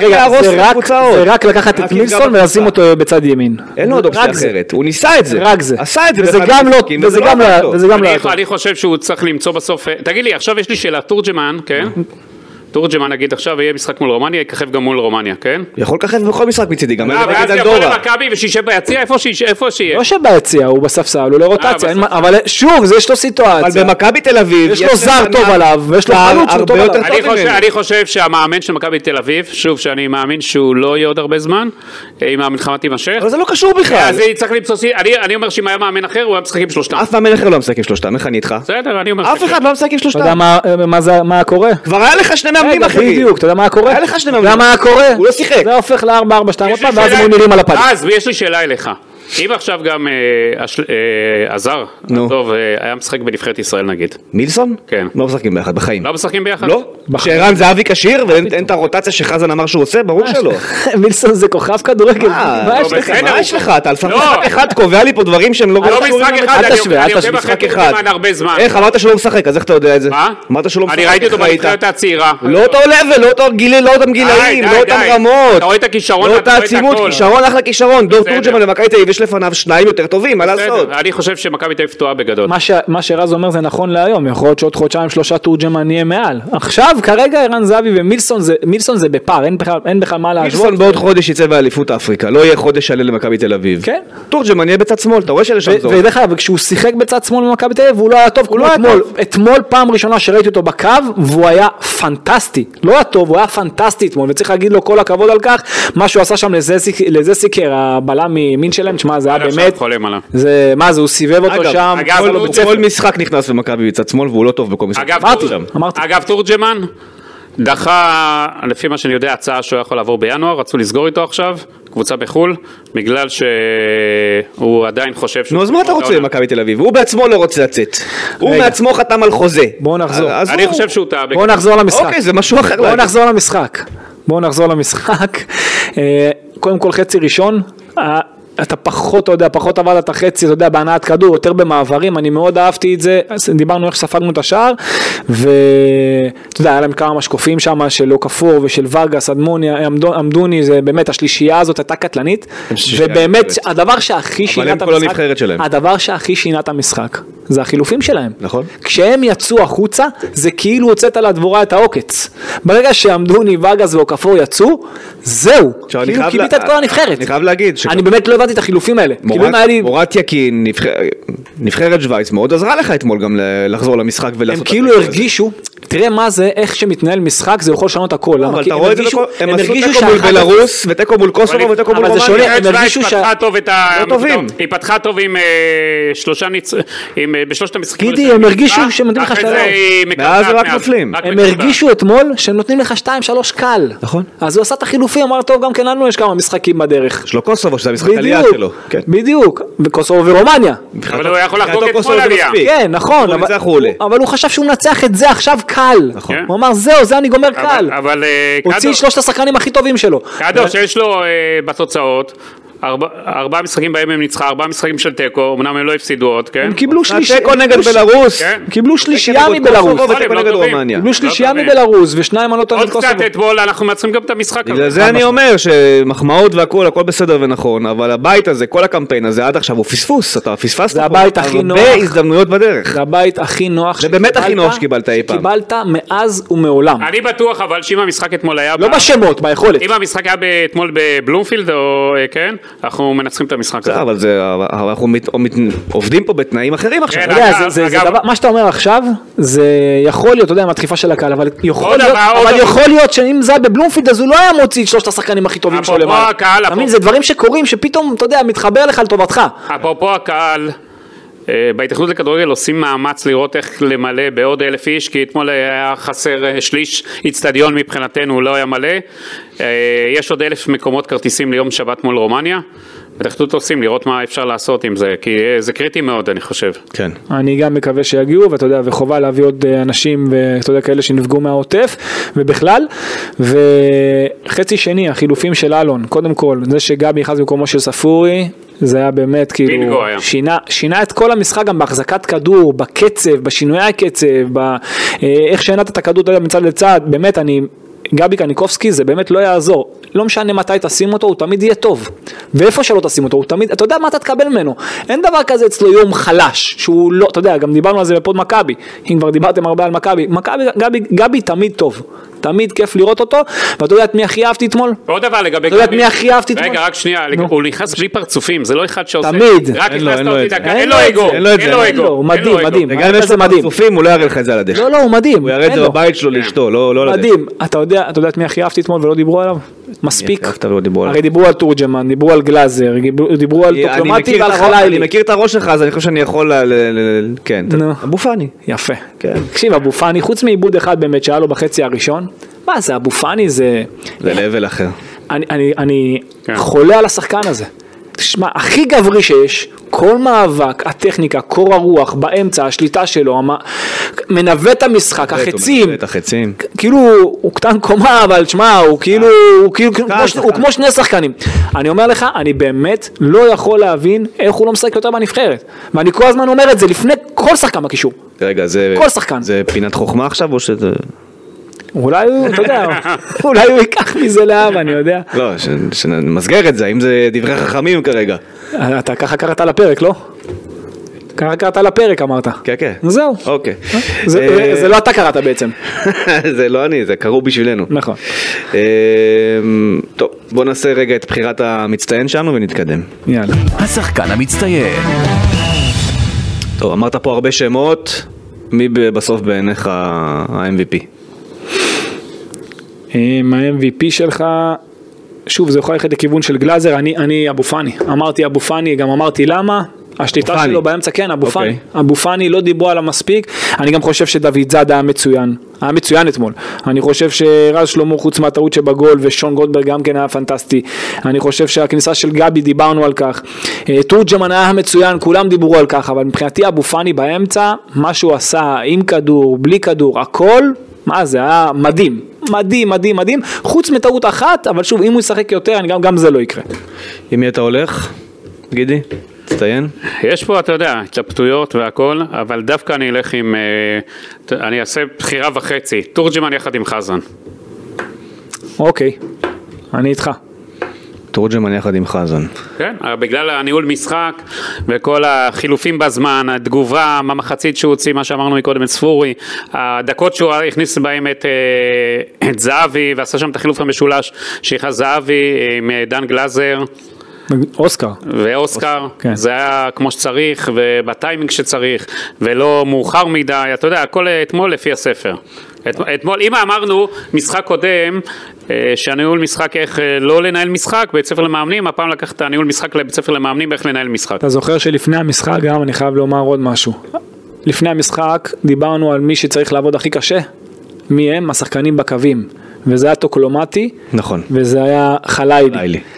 זה רק לקחת את מילסון ולשים אותו בצד ימין. אין לו עוד אופציה אחרת, הוא ניסה את זה. רק זה. עשה את זה. וזה גם לא, וזה גם לא, וזה גם לא. אני חושב שהוא צריך למצוא בסוף... תגיד לי, עכשיו יש לי שאלה, תורג'מן, כן? תורג'מן נגיד עכשיו יהיה משחק מול רומניה, יככב גם מול רומניה, כן? יכול לככב בכל משחק מצידי, גם ואז יבוא למכבי ושישב ביציע, איפה שיהיה? לא שביציע, הוא בספסל, הוא לא רוטציה, אבל שוב, יש לו סיטואציה. אבל במכבי תל אביב, יש לו זר טוב עליו, ויש לו חלוץ שהוא טוב עליו. אני חושב שהמאמן של מכבי תל אביב, שוב שאני מאמין שהוא לא יהיה עוד הרבה זמן, אם המלחמה תימשך. אבל זה לא קשור בכלל. אז צריך למצוא, אני אומר שאם היה מאמן אחר, הוא היה משחק עם שלושתם. אף מאמן אחר לא משחק עם שלושתם, איך אני איתך? בסדר, אני אומר. אף אחד לא משחק עם שלושתם. אתה יודע מה קורה? כבר היה לך שני מאמנים אחרים. בדיוק, אתה יודע מה קורה? היה לך שני מאמנים. אתה יודע מה קורה? הוא לא שיחק. זה הופך ל-ארבע ארבע שתיים עוד פעם, ואז הם נראים על הפנים. אז, ויש לי שאלה אליך. אם עכשיו גם עזר, טוב, היה משחק בנבחרת ישראל נגיד. מילסון? כן. לא משחקים ביחד, בחיים. לא משחקים ביחד? לא. שערן זהבי כשיר, ואין את הרוטציה שחזן אמר שהוא עושה, ברור שלא. מילסון זה כוכב כדורגל. מה יש לך? אתה לפעמים משחק אחד קובע לי פה דברים שהם לא... לא משחק אחד, אני עוקב אחרי תורג'מן הרבה זמן. איך, אמרת שהוא לא משחק, אז איך אתה יודע את זה? מה? אמרת שהוא לא משחק. אני ראיתי אותו בנבחרת הצעירה. לא אותו לבל, לא אותו גילי, לא אותם גילאים, לא אותם רמות. אתה רואה את הכישרון, לא אותה עצימות, כישרון, אחלה כישרון. דור תורג'מן למכבי תל אביב יש לפניו שניים יותר טובים, מה לעשות? אני חושב שמכבי תל אביב טועה בגדול. מה שרז אומר זה נכון להיום, יכול להיות שעוד חודשיים שלושה תורג'מן יהיה מעל. עכשיו כרגע ערן זהבי ומילסון זה מילסון זה בפער, אין בכלל מה להשוות. מילסון בעוד חודש יצא באליפות אפריקה, לא יהיה חודש שלם למכבי תל אביב. כן. תורג'מן יהיה בצד שמאל, אתה רואה שלשם זו. ודרך אגב, כשהוא שיחק בצד שמאל במכבי תל אביב, הוא לא היה טוב, הוא לא היה טוב. אתמול פעם ראשונה שראיתי אותו בקו, והוא היה פנטסטי. לא היה טוב, הוא היה פנטסטי אתמול, וצריך להגיד לו כל הכבוד על כך, מה שהוא עשה שם לזה סיקר, הבלם ממין שלהם, שמה, זה היה באמת, זה, מה זה, הוא סיבב אותו שם. כל משחק נכנס במכבי בצד שמאל, והוא לא טוב בכל משחק. אגב, תורג'מן דחה, לפי מה שאני יודע, הצעה שהוא יכול לעבור בינואר, רצו לסגור איתו עכשיו, קבוצה בחול, בגלל שהוא עדיין חושב... נו, אז מה אתה רוצה במכבי תל אביב? הוא בעצמו לא רוצה לצאת. הוא בעצמו חתם על חוזה. בואו נחזור. אני חושב שהוא טעה. בואו נחזור למשחק. אוקיי, זה משהו אחר. בואו נחזור למשחק. בואו נחזור למשחק. קודם כל חצי ראשון, אתה פחות, אתה יודע, פחות עבד את החצי, אתה יודע, בהנעת כדור, יותר במעברים, אני מאוד אהבתי את זה, דיברנו איך ספגנו את השער, ואתה יודע, היה להם כמה משקופים שם, של אוקפור ושל ורגס, אדמוני, עמדוני, זה באמת, השלישייה הזאת הייתה קטלנית, ובאמת, הדבר שהכי שינה את המשחק, הדבר שהכי שינה את המשחק, זה החילופים שלהם. נכון. כשהם יצאו החוצה, זה כאילו הוצאת לדבורה את העוקץ. ברגע שעמדוני, ורגס ואוקפור יצאו, זהו, כאילו קיבלת את כל הנבחרת. אני חייב להגיד, אני באמת לא הבנתי את החילופים האלה. מורת יקין, נבחרת שווייץ, מאוד עזרה לך אתמול גם לחזור למשחק ולעשות... הם כאילו הרגישו, תראה מה זה, איך שמתנהל משחק, זה יכול לשנות הכל. אבל אתה רואה את זה, הם עשו תקו מול בלרוס, ותקו מול קוסובו, ותקו מול רומניה. היא טובים. היא פתחה טוב עם שלושה ניצ... בשלושת המשחקים. גידי, הם הרגישו שהם נותנים לך שלוש. מאז רק נופלים. הם הרגישו אתמול שהם נותנים לך שתיים, שלוש קל. נכון. אז הוא עשה את החילופים, אמר טוב, גם כן לנו יש כמה משחקים בדרך. יש לו קוסובו, שזה המשחק עלייה שלו. בדיוק, וקוסובו ורומניה. אבל הוא יכול לחגוג את כל עלייה. כן, נכון. אבל הוא חשב שהוא מנצח את זה עכשיו קל. הוא אמר זהו, זה אני גומר קל. הוציא שלושת השחקנים הכי טובים שלו. קדוש, יש לו בתוצאות, ארבע, ארבעה משחקים בהם הם ניצחה, ארבעה משחקים של טקו, אמנם הם לא הפסידו עוד, כן? הם קיבלו שלישייה, טקו נגד בלרוס, קיבלו שלישייה מבלרוס, קיבלו שלישייה מבלרוס, ושניים עלות נגד קוסובו. עוד קצת אתמול, אנחנו מייצרים גם את המשחק הזה. בגלל זה אני אומר שמחמאות והכל, הכל בסדר ונכון, אבל הבית הזה, כל הקמפיין הזה עד עכשיו הוא פספוס, אתה פספסת. זה הבית הכי נוח. הרבה הזדמנויות בדרך. זה הבית הכי נוח. זה באמת הכי נוח שקיבלת אי פעם. קיבלת מאז ומעולם. אני בטוח אבל שאם המשחק אתמול היה... לא בשמות, ביכולת. אם המשחק היה אתמול בבלומפילד, או כן, אנחנו מנצחים את המשחק הזה. אבל אנחנו עובדים פה בתנאים אחרים עכשיו. מה שאתה אומר עכשיו, זה יכול להיות, אתה יודע, מהדחיפה של הקהל, אבל יכול להיות שאם זה היה בבלומפילד, אז הוא לא היה מוציא את שלושת השחקנים הכי טובים שלו למעלה. זה דברים שקורים, שפתאום, אתה יודע, מתחבר לך לטובתך. אפרופו הקהל, בהתאחדות לכדורגל עושים מאמץ לראות איך למלא בעוד אלף איש, כי אתמול היה חסר שליש אצטדיון מבחינתנו, לא היה מלא. יש עוד אלף מקומות כרטיסים ליום שבת מול רומניה. בהתאחדות עושים לראות מה אפשר לעשות עם זה, כי זה קריטי מאוד, אני חושב. כן. אני גם מקווה שיגיעו, ואתה יודע, וחובה להביא עוד אנשים, ואתה יודע, כאלה שנפגעו מהעוטף, ובכלל, וחצי שני, החילופים של אלון, קודם כל, זה שגבי יחז במקומו של ספורי, זה היה באמת כאילו, שינה, שינה את כל המשחק גם בהחזקת כדור, בקצב, בשינויי הקצב, באיך שעינת את הכדור מצד לצד, באמת אני, גבי קניקובסקי זה באמת לא יעזור, לא משנה מתי תשים אותו, הוא תמיד יהיה טוב, ואיפה שלא תשים אותו, הוא תמיד, אתה יודע מה אתה תקבל ממנו, אין דבר כזה אצלו יום חלש, שהוא לא, אתה יודע, גם דיברנו על זה בפוד מכבי, אם כבר דיברתם הרבה על מכבי, מכבי, גבי, גבי תמיד טוב, תמיד כיף לראות אותו, ואתה יודע את מי הכי אהבתי אתמול? עוד דבר לגבי גבי. אתה יודע את מי הכי אהבתי אתמול? רגע, רק שנייה, הוא נכנס בלי פרצופים, זה לא אחד שעושה. תמיד. רק נכנסת אותי דקה, אין לו אגו. אין לו את זה. אין לו, מדהים, מדהים. גם אם יש לו פרצופים, הוא לא יראה לך את זה על הדשא. לא, לא, הוא מדהים. הוא יראה את זה בבית שלו לאשתו, לא לדשא. מדהים. אתה יודע את מי הכי אהבתי אתמול ולא דיברו עליו? מספיק. דיברו הרי דיברו על תורג'מן, דיברו על גלאזר, דיברו על טוקלומטי ועל חלילי. אני מכיר את הראש שלך, אז אני חושב שאני יכול, כן, אבו פאני. יפה. תקשיב, אבו פאני, חוץ מעיבוד אחד באמת שהיה לו בחצי הראשון, מה זה, אבו פאני זה... זה level אחר. אני חולה על השחקן הזה. תשמע, הכי גברי שיש, כל מאבק, הטכניקה, קור הרוח, באמצע, השליטה שלו, מנווט את המשחק, החצים, את החצים. כאילו, הוא קטן קומה, אבל תשמע, הוא כאילו, הוא כמו שני שחקנים. אני אומר לך, אני באמת לא יכול להבין איך הוא לא משחק יותר בנבחרת. ואני כל הזמן אומר את זה, לפני כל שחקן בקישור. רגע, זה... כל שחקן. זה פינת חוכמה עכשיו, או שזה... אולי הוא, אתה יודע, אולי הוא ייקח מזה לאבא, אני יודע. לא, שמסגר את זה, אם זה דברי חכמים כרגע. אתה ככה קראת לפרק, לא? ככה קראת לפרק, אמרת. כן, כן. זהו. אוקיי. זה לא אתה קראת בעצם. זה לא אני, זה קראו בשבילנו. נכון. טוב, בוא נעשה רגע את בחירת המצטיין שלנו ונתקדם. יאללה. השחקן המצטיין. טוב, אמרת פה הרבה שמות, מי בסוף בעיניך ה-אם וי פי? ה-אם וי פי שלך, שוב, זה יכול ללכת לכיוון של גלאזר, אני, אני אבו פאני, אמרתי אבו פאני, גם אמרתי למה, השליטה שלו באמצע, כן, אבו פאני, אבו פאני לא דיברו על המספיק, אני גם חושב שדוד זאדה היה מצוין, היה מצוין אתמול, אני חושב שרז שלמה חוץ מהטעות שבגול, ושון גוטברג גם כן היה פנטסטי, אני חושב שהכניסה של גבי, דיברנו על כך, תורג'מן היה מצוין, כולם דיברו על כך, אבל מבחינתי אבו פאני באמצע, מה שהוא עשה עם כדור, בלי כדור, הכל, מה זה, היה מדהים, מדהים, מדהים, מדהים, חוץ מטעות אחת, אבל שוב, אם הוא ישחק יותר, גם, גם זה לא יקרה. עם מי אתה הולך, גידי? תציין? יש פה, אתה יודע, התלבטויות והכל, אבל דווקא אני אלך עם, אני אעשה בחירה וחצי, תורג'מן יחד עם חזן. אוקיי, אני איתך. תורג'מן יחד עם חזן. כן, בגלל הניהול משחק וכל החילופים בזמן, התגובה, המחצית שהוא הוציא, מה שאמרנו מקודם את ספורי, הדקות שהוא הכניס בהם את, את זהבי, ועשה שם את החילוף המשולש, שיחה זהבי עם דן גלאזר. אוסקר. ואוסקר, כן. זה היה כמו שצריך, ובטיימינג שצריך, ולא מאוחר מדי, אתה יודע, הכל אתמול לפי הספר. אתמול, אם אמרנו משחק קודם, שהניהול משחק איך לא לנהל משחק, בית ספר למאמנים, הפעם לקח את הניהול משחק לבית ספר למאמנים, איך לנהל משחק. אתה זוכר שלפני המשחק גם, אני חייב לומר עוד משהו. לפני המשחק דיברנו על מי שצריך לעבוד הכי קשה, מי הם? השחקנים בקווים. וזה היה טוקלומטי. נכון. וזה היה חלילי. חלילי.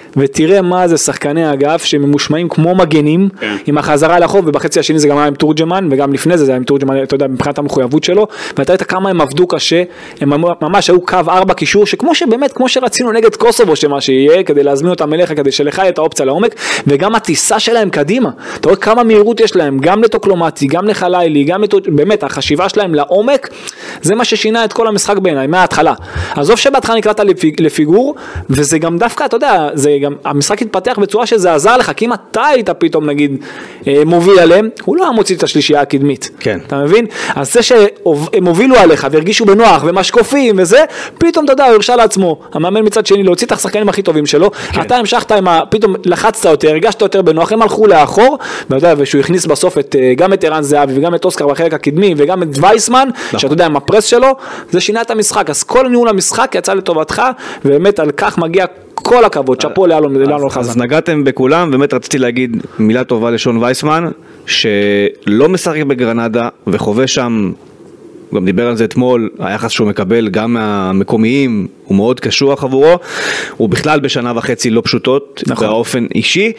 ותראה מה זה שחקני אגף שממושמעים כמו מגנים, עם החזרה לחוב, ובחצי השני זה גם היה עם תורג'מן, וגם לפני זה זה היה עם תורג'מן, אתה יודע, מבחינת המחויבות שלו, ואתה ראית כמה הם עבדו קשה, הם ממש היו קו ארבע קישור, שכמו שבאמת, כמו שרצינו נגד קוסובו שמה שיהיה, כדי להזמין אותם אליך, כדי שלך יהיה את האופציה לעומק, וגם הטיסה שלהם קדימה, אתה רואה כמה מהירות יש להם, גם לטוקלומטי, גם לחלילי, גם לת... באמת, החשיבה שלהם לעומק, זה מה ששינה את כל המשחק בעיניי, מההתחלה. עזוב שבהתחלה נקלעת לפיגור, וזה גם דווקא, אתה יודע, זה גם, המשחק התפתח בצורה שזה עזר לך, כי אם אתה היית פתאום, נגיד, מוביל עליהם, הוא לא מוציא את השלישייה הקדמית. כן. אתה מבין? אז זה שהם הובילו עליך, והרגישו בנוח, ומשקופים, וזה, פתאום, אתה יודע, הוא הרשה לעצמו, המאמן מצד שני, להוציא את השחקנים הכי טובים שלו, כן. אתה המשכת עם ה... פתאום לחצת יותר, הרגשת יותר בנוח, הם הלכו לאחור, ואתה יודע, ושהוא הכניס בסוף את, גם את ערן זהבי, וגם את אוסקר בחלק הקדמי, וגם את וייסמן, נכון. שאתה יודע, עם הפרס שלו, זה שינה את המשחק. אז כל ניהול המשחק יצא לטובתך, ובאמת על כך מגיע כל הכבוד, שפו לאלון, לאלון חזן. אז נגעתם בכולם, באמת רציתי להגיד מילה טובה לשון וייסמן, שלא משחק בגרנדה, וחווה שם, גם דיבר על זה אתמול, היחס שהוא מקבל גם מהמקומיים, הוא מאוד קשוח עבורו, הוא בכלל בשנה וחצי לא פשוטות, נכון. באופן אישי,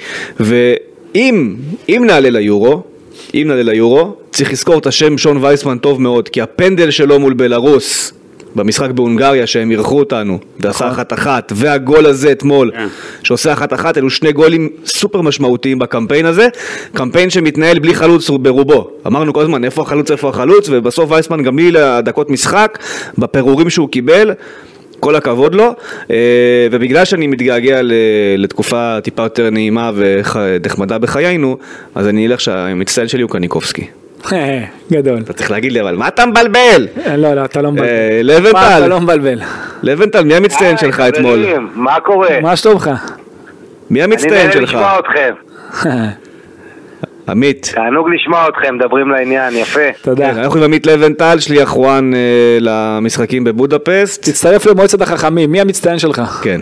ואם אם נעלה ליורו, אם נעלה ליורו, צריך לזכור את השם שון וייסמן טוב מאוד, כי הפנדל שלו מול בלרוס, במשחק בהונגריה שהם ירחו אותנו, ועשה אחת אחת, והגול הזה אתמול, שעושה אחת אחת, אלו שני גולים סופר משמעותיים בקמפיין הזה, קמפיין שמתנהל בלי חלוץ ברובו. אמרנו כל הזמן, איפה החלוץ, איפה החלוץ, ובסוף וייסמן גם בלי לדקות משחק, בפירורים שהוא קיבל, כל הכבוד לו, ובגלל שאני מתגעגע לתקופה טיפה יותר נעימה ונחמדה בחיינו, אז אני אלך שהמצטיין שלי הוא קניקובסקי. גדול. אתה צריך להגיד לי, אבל מה אתה מבלבל? לא, לא, אתה לא מבלבל. לבנטל. מה אתה לא מבלבל? לבנטל, מי המצטיין שלך אתמול? מה קורה? מה שלומך? מי המצטיין שלך? אני נהנה לשמוע אתכם. עמית. תענוג לשמוע אתכם, מדברים לעניין, יפה. תודה. אנחנו עם עמית לבנטל, שליח וואן למשחקים בבודפסט. תצטרף למועצת החכמים, מי המצטיין שלך? כן.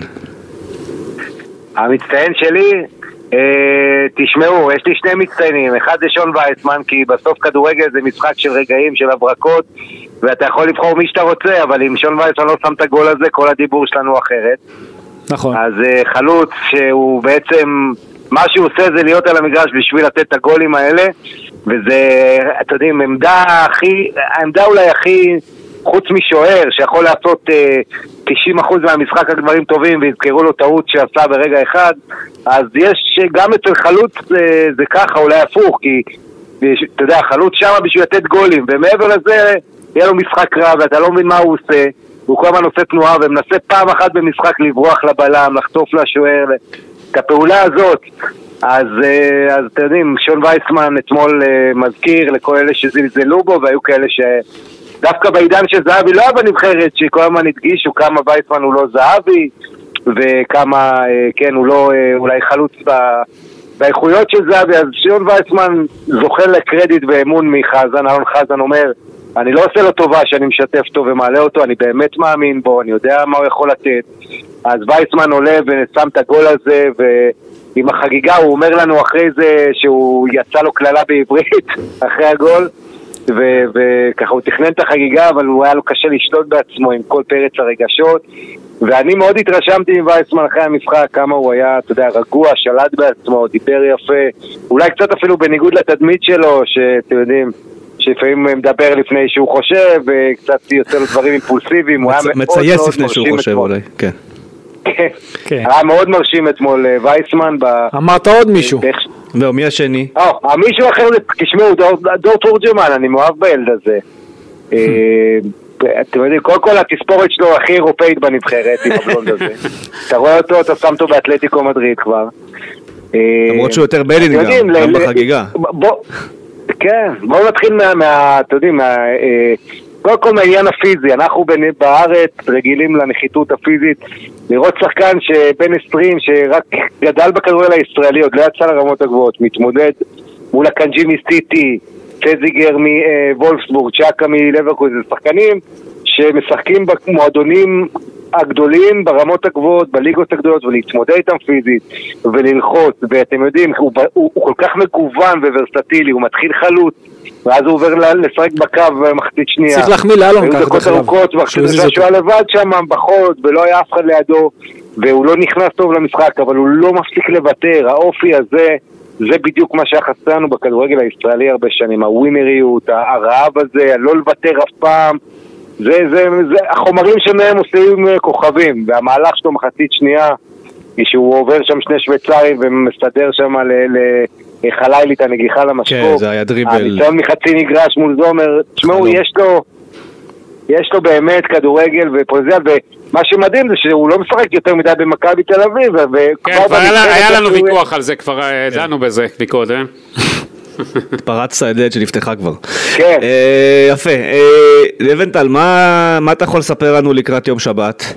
המצטיין שלי... תשמעו, יש לי שני מצטיינים, אחד זה שון וייסמן, כי בסוף כדורגל זה משחק של רגעים, של הברקות, ואתה יכול לבחור מי שאתה רוצה, אבל אם שון וייסמן לא שם את הגול הזה, כל הדיבור שלנו אחרת. נכון. אז חלוץ שהוא בעצם, מה שהוא עושה זה להיות על המגרש בשביל לתת את הגולים האלה, וזה, אתם יודעים, עמדה הכי, העמדה אולי הכי, חוץ משוער, שיכול לעשות תשעים אחוז מהמשחק הגברים טובים ויזכרו לו טעות שעשה ברגע אחד, אז יש גם אצל חלוץ זה, זה ככה, אולי הפוך, כי אתה יודע, חלוץ שם בשביל לתת גולים, ומעבר לזה יהיה לו משחק רע ואתה לא מבין מה הוא עושה, הוא כל הזמן עושה תנועה ומנסה פעם אחת במשחק לברוח לבלם, לחטוף לשוער, את הפעולה הזאת. אז, אז אתם יודעים, שון וייסמן אתמול מזכיר לכל אלה שזלזלו בו, והיו כאלה ש... דווקא בעידן של זהבי לא היה בנבחרת, שכל הזמן הדגישו כמה וייסמן הוא לא זהבי, וכמה, כן, הוא לא אולי חלוץ באיכויות של זהבי, אז שון וייסמן זוכה לקרדיט ואמון מחזן, אלון חזן אומר, אני לא עושה לו טובה שאני משתף אותו ומעלה אותו, אני באמת מאמין בו, אני יודע מה הוא יכול לתת, אז וייסמן עולה ושם את הגול הזה, ועם החגיגה הוא אומר לנו אחרי זה שהוא יצא לו כללה בעברית, אחרי הגול, וככה הוא תכנן את החגיגה, אבל הוא היה לו קשה לשלוט בעצמו עם כל פרץ הרגשות, ואני מאוד התרשמתי עם וייסמן אחרי המשחק, כמה הוא היה, אתה יודע, רגוע, שלט בעצמו, דיבר יפה, אולי קצת אפילו בניגוד לתדמית שלו, שאתם יודעים, שלפעמים מדבר לפני שהוא חושב, וקצת יוצא לו דברים אימפולסיביים, הוא היה מאוד מאוד מרשים אתמול. מצייץ לפני שהוא חושב אולי, כן. כן. היה מאוד מרשים אתמול וייסמן. אמרת עוד מישהו. ואו, מי השני? אה, מישהו אחר, תשמעו, דור תורג'מן, אני מאוהב בילד הזה. אתם יודעים, קודם כל התספורת שלו הכי אירופאית בנבחרת, עם הבלונד הזה. אתה רואה אותו, אתה שם אותו באתלטיקו מדריד כבר. למרות שהוא יותר בלינגהם, גם בחגיגה. כן, בואו נתחיל מה, אתה יודעים, קודם כל מהעניין הפיזי, אנחנו בארץ רגילים לנחיתות הפיזית, לראות שחקן שבין עשרים שרק גדל בכדורגל הישראלי, עוד לא יצא לרמות הגבוהות, מתמודד מול הקנג'י מסיטי, צזיגר מוולפסבורג, צ'אקה מלברקוזן, שחקנים שמשחקים במועדונים הגדולים ברמות הגבוהות, בליגות הגדולות, ולהתמודד איתם פיזית וללחוץ, ואתם יודעים, הוא, הוא, הוא כל כך מגוון וורסטילי, הוא מתחיל חלוץ, ואז הוא עובר לשחק בקו במחצית שנייה. צריך להחמיא לאלון כך דקות ארוכות, שהוא היה לבד שם בחוד, ולא היה אף אחד לידו, והוא לא נכנס טוב למשחק, אבל הוא לא מפסיק לוותר, האופי הזה, זה בדיוק מה שחסר לנו בכדורגל הישראלי הרבה שנים, הווינריות, הרעב הזה, הלא לוותר אף פעם, זה, זה, זה, החומרים שמהם עושים כוכבים, והמהלך שלו מחצית שנייה, שהוא עובר שם שני שוויצרים ומסתדר שם לחלילי את הנגיחה למשקוף. כן, זה היה דריבל. הניסיון מחצי נגרש מול זומר, תשמעו, יש לו, יש לו באמת כדורגל ופוזיאל, ומה שמדהים זה שהוא לא משחק יותר מדי במכבי תל אביב. כן, היה לנו ויכוח על זה, כבר דנו בזה קודם. פרצת הדלת שנפתחה כבר. כן. יפה. לבנטל, מה אתה יכול לספר לנו לקראת יום שבת?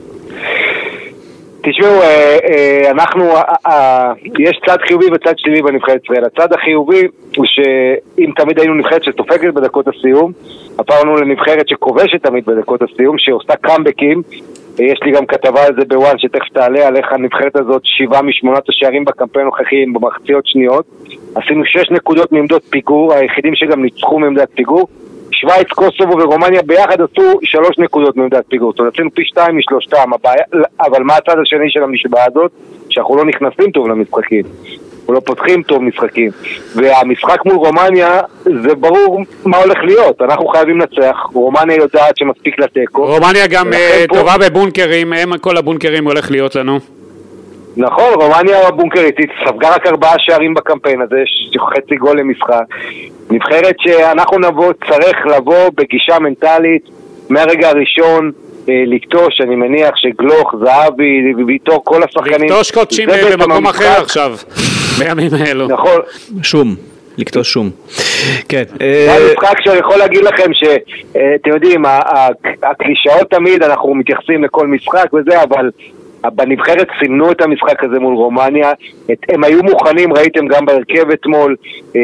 תשמעו, אנחנו, יש צד חיובי וצד שלילי בנבחרת ישראל. הצד החיובי הוא שאם תמיד היינו נבחרת שסופגת בדקות הסיום, עברנו לנבחרת שכובשת תמיד בדקות הסיום, שעושה קאמבקים. יש לי גם כתבה על זה בוואן שתכף תעלה על איך הנבחרת הזאת שבעה משמונת השערים בקמפיין נוכחיים במחציות שניות. עשינו שש נקודות מעמדות פיגור, היחידים שגם ניצחו מעמדת פיגור. שוויץ, קוסובו ורומניה ביחד עשו שלוש נקודות מעמדת פיגור. זאת אומרת, עשינו פי שתיים משלושתם. אבל מה הצד השני של המשוואה הזאת? שאנחנו לא נכנסים טוב למשחקים. אנחנו לא פותחים טוב משחקים. והמשחק מול רומניה, זה ברור מה הולך להיות. אנחנו חייבים לנצח. רומניה יודעת שמספיק לתיקו. רומניה גם טובה בבונקרים, הם כל הבונקרים הולך להיות לנו. נכון, רומניה הבונקרית, ספגה רק ארבעה שערים בקמפיין הזה, חצי גול למשחק. נבחרת שאנחנו נבוא, צריך לבוא בגישה מנטלית, מהרגע הראשון, לקטוש, אני מניח שגלוך, זהבי, ואיתו כל השחקנים. לקטוש קודשים במקום אחר עכשיו, בימים האלו. נכון. שום. לקטוש שום. כן. זה המשחק שאני יכול להגיד לכם שאתם יודעים, הקלישאות תמיד, אנחנו מתייחסים לכל משחק וזה, אבל בנבחרת סימנו את המשחק הזה מול רומניה, הם היו מוכנים, ראיתם גם בהרכב אתמול,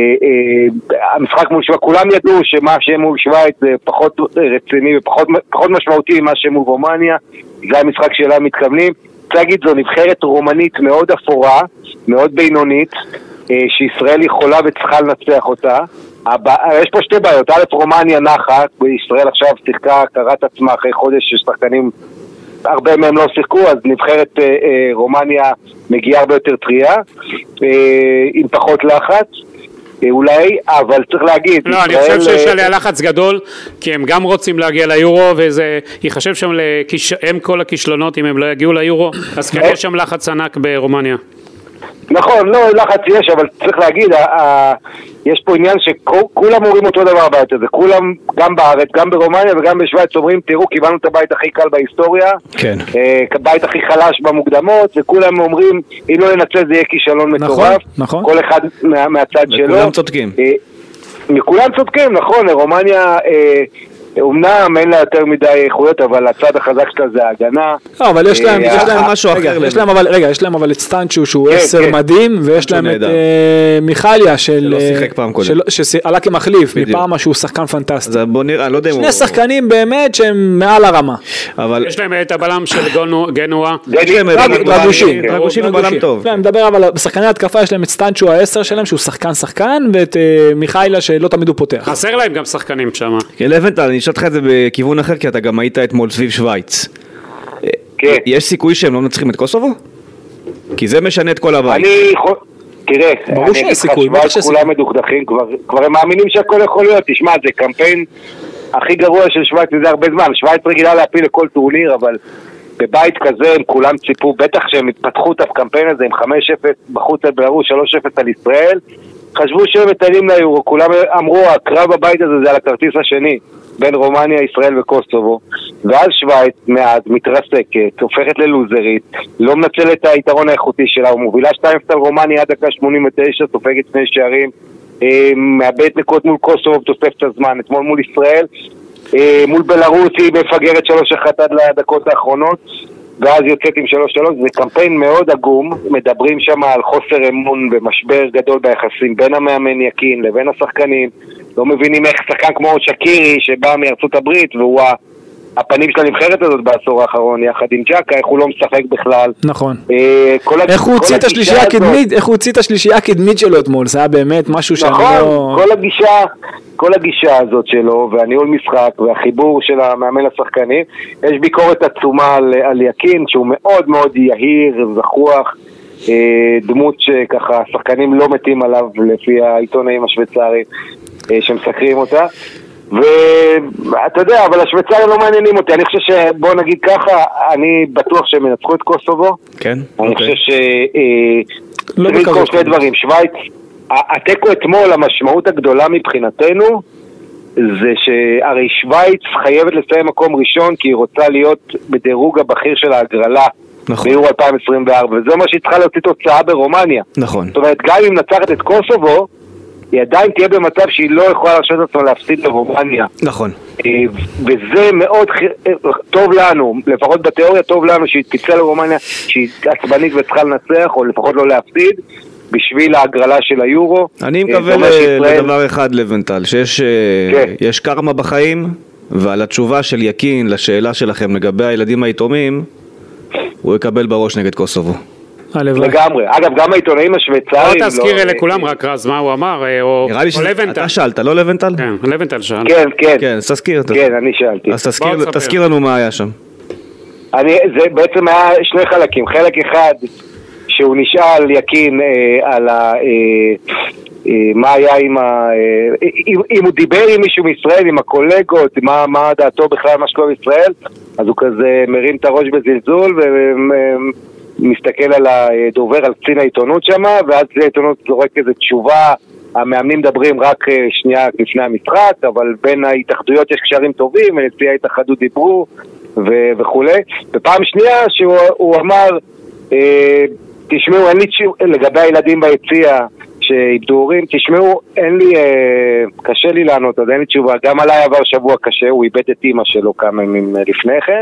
המשחק מול שוויץ, כולם ידעו שמה שהם מול שוויץ זה פחות רציני ופחות משמעותי ממה שהם מול רומניה, זה המשחק שלה מתכוונים. צריך להגיד, זו נבחרת רומנית מאוד אפורה, מאוד בינונית, שישראל יכולה וצריכה לנצח אותה. יש פה שתי בעיות, א' רומניה נחה, בישראל עכשיו שיחקה, קראת עצמה אחרי חודש ששחקנים הרבה מהם לא שיחקו, אז נבחרת אה, אה, רומניה מגיעה הרבה יותר טריה, אה, עם פחות לחץ, אה, אולי, אבל צריך להגיד... לא, ישראל... אני חושב שיש עליה לחץ גדול, כי הם גם רוצים להגיע ליורו, וזה ייחשב שם, לכיש... הם כל הכישלונות, אם הם לא יגיעו ליורו, אז כן יש שם לחץ ענק ברומניה. נכון, לא, לחץ יש, אבל צריך להגיד, יש פה עניין שכולם אומרים אותו דבר בית הזה, כולם, גם בארץ, גם ברומניה וגם בשוויץ אומרים, תראו, קיבלנו את הבית הכי קל בהיסטוריה, כן. הבית הכי חלש במוקדמות, וכולם אומרים, אם לא ננצל זה יהיה כישלון מטורף, נכון, כל אחד מה, מהצד שלו. וכולם צודקים. מכולם צודקים, נכון, רומניה... אומנם אין לה יותר מדי איכויות, אבל הצד החזק שלה זה ההגנה. לא, אבל יש להם משהו אחר. רגע, יש להם אבל את סטנצ'ו שהוא עשר מדהים, ויש להם את מיכליה שעלה כמחליף, מפעם שהוא שחקן פנטסטי. שני שחקנים באמת שהם מעל הרמה. יש להם את הבלם של גנואה. דרגושין. דרגושין הוא בלם טוב. אני מדבר אבל בשחקני התקפה יש להם את סטנצ'ו העשר שלהם, שהוא שחקן שחקן, ואת מיכליה שלא תמיד הוא פותח. חסר להם גם שחקנים שם. לבנטל, אני אשאל לך את זה בכיוון אחר, כי אתה גם היית אתמול סביב שוויץ. כן. יש סיכוי שהם לא מנצחים את קוסובו? כי זה משנה את כל הבית. אני... תראה, ברור שיש סיכוי. כולם מדוכדכים, כבר הם מאמינים שהכל יכול להיות. תשמע, זה קמפיין הכי גרוע של שוויץ מזה הרבה זמן. שוויץ רגילה להפיל לכל טורניר, אבל בבית כזה הם כולם ציפו, בטח שהם התפתחו את הקמפיין הזה עם חמש אפס בחוץ על בלרוס, שלוש אפס על ישראל. חשבו שהם מטיילים ליורו, כולם אמרו, הקרב בבית הזה זה על הכרטיס השני, בין רומניה, ישראל וקוסובו, ואז שוויץ מעט מתרסקת, הופכת ללוזרית, לא מנצל את היתרון האיכותי שלה, הוא מובילה שתיים אפס על רומניה עד דקה שמונים ותשע, סופגת שני שערים, מאבדת נקודות מול קוסובו, תוסף את הזמן, אתמול מול ישראל, מול בלרוס היא מפגרת שלוש אחת עד לדקות האחרונות, ואז יוצאת עם שלוש שלוש, זה קמפיין מאוד עגום, מדברים שם על חוסר אמון במשבר גדול ביחסים בין המאמן יקין לבין השחקנים, לא מבינים איך שחקן כמו שקירי שבא מארצות הברית והוא הפנים של הנבחרת הזאת בעשור האחרון, יחד עם ג'קה, איך הוא לא משחק בכלל. נכון. איך הוא הוציא את השלישייה הקדמית, איך הוא הוציא את השלישייה הקדמית שלו אתמול, זה היה באמת משהו שאני לא... נכון, כל הגישה, כל הגישה הזאת שלו, והניהול משחק, והחיבור של המאמן לשחקנים, יש ביקורת עצומה על, על יקין, שהוא מאוד מאוד יהיר, זכוח, דמות שככה, שחקנים לא מתים עליו, לפי העיתונאים השוויצריים, שמסקרים אותה. ואתה יודע, אבל השוויצרים לא מעניינים אותי, אני חושב שבוא נגיד ככה, אני בטוח שהם ינצחו את קוסובו. כן. אני חושב ש... לא בקרוב שני דברים, שוויץ, התיקו אתמול, המשמעות הגדולה מבחינתנו, זה שהרי שוויץ חייבת לסיים מקום ראשון, כי היא רוצה להיות בדירוג הבכיר של ההגרלה. נכון. ביורו אלפיים עשרים וארבע, וזה אומר שהיא צריכה להוציא תוצאה ברומניה. נכון. זאת אומרת, גם אם נצחת את קוסובו, היא עדיין תהיה במצב שהיא לא יכולה להרשות עצמה להפסיד לרומניה. נכון. וזה מאוד טוב לנו, לפחות בתיאוריה טוב לנו שהיא תצא לרומניה, שהיא עצבנית וצריכה לנצח, או לפחות לא להפסיד, בשביל ההגרלה של היורו. אני מקווה לדבר אחד לבנטל, שיש יש קרמה בחיים, ועל התשובה של יקין לשאלה שלכם לגבי הילדים היתומים, הוא יקבל בראש נגד קוסובו. לגמרי. אגב, גם העיתונאים השוויצריים... לא תזכיר לכולם רק רז מה הוא אמר, או לבנטל. אתה שאלת, לא לבנטל? כן, לבנטל שאל. כן, כן. כן, אז תזכיר. כן, אני שאלתי. אז תזכיר לנו מה היה שם. זה בעצם היה שני חלקים. חלק אחד, שהוא נשאל יקין על ה... מה היה עם ה... אם הוא דיבר עם מישהו מישראל, עם הקולגות, מה דעתו בכלל מה שקורה בישראל, אז הוא כזה מרים את הראש בזלזול ומסתכל על הדובר, על קצין העיתונות שם, ואז קצין העיתונות זורק איזו תשובה, המאמנים מדברים רק שנייה לפני המשחק, אבל בין ההתאחדויות יש קשרים טובים, ולפי ההתאחדות דיברו וכו'. ופעם שנייה שהוא אמר, תשמעו, אין לי לגבי הילדים ביציאה, שאיבדו הורים, תשמעו, אין לי, אה, קשה לי לענות, אז אין לי תשובה, גם עליי עבר שבוע קשה, הוא איבד את אמא שלו כמה ימים לפני כן,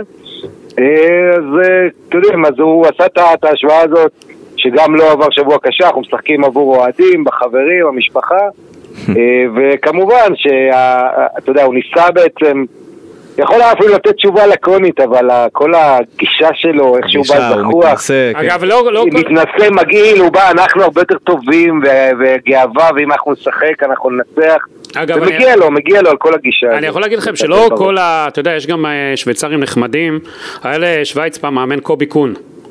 אה, אז אתם יודעים, אז הוא עשה את ההשוואה הזאת, שגם לא עבר שבוע קשה, אנחנו משחקים עבור אוהדים, בחברים, במשפחה, אה, וכמובן, שאתה יודע, הוא ניסה בעצם, יכול אפילו לתת תשובה לקונית, אבל כל הגישה שלו, איך שהוא בא זכוח, אגב, לא, לא, מתנסה, מגעיל, הוא בא, אנחנו הרבה יותר טובים וגאווה, ואם אנחנו נשחק, אנחנו ננצח, ומגיע לו, מגיע לו על כל הגישה. אני יכול להגיד לכם שלא כל ה... אתה יודע, יש גם שוויצרים נחמדים, היה לשוויץ פעם מאמן קובי קון,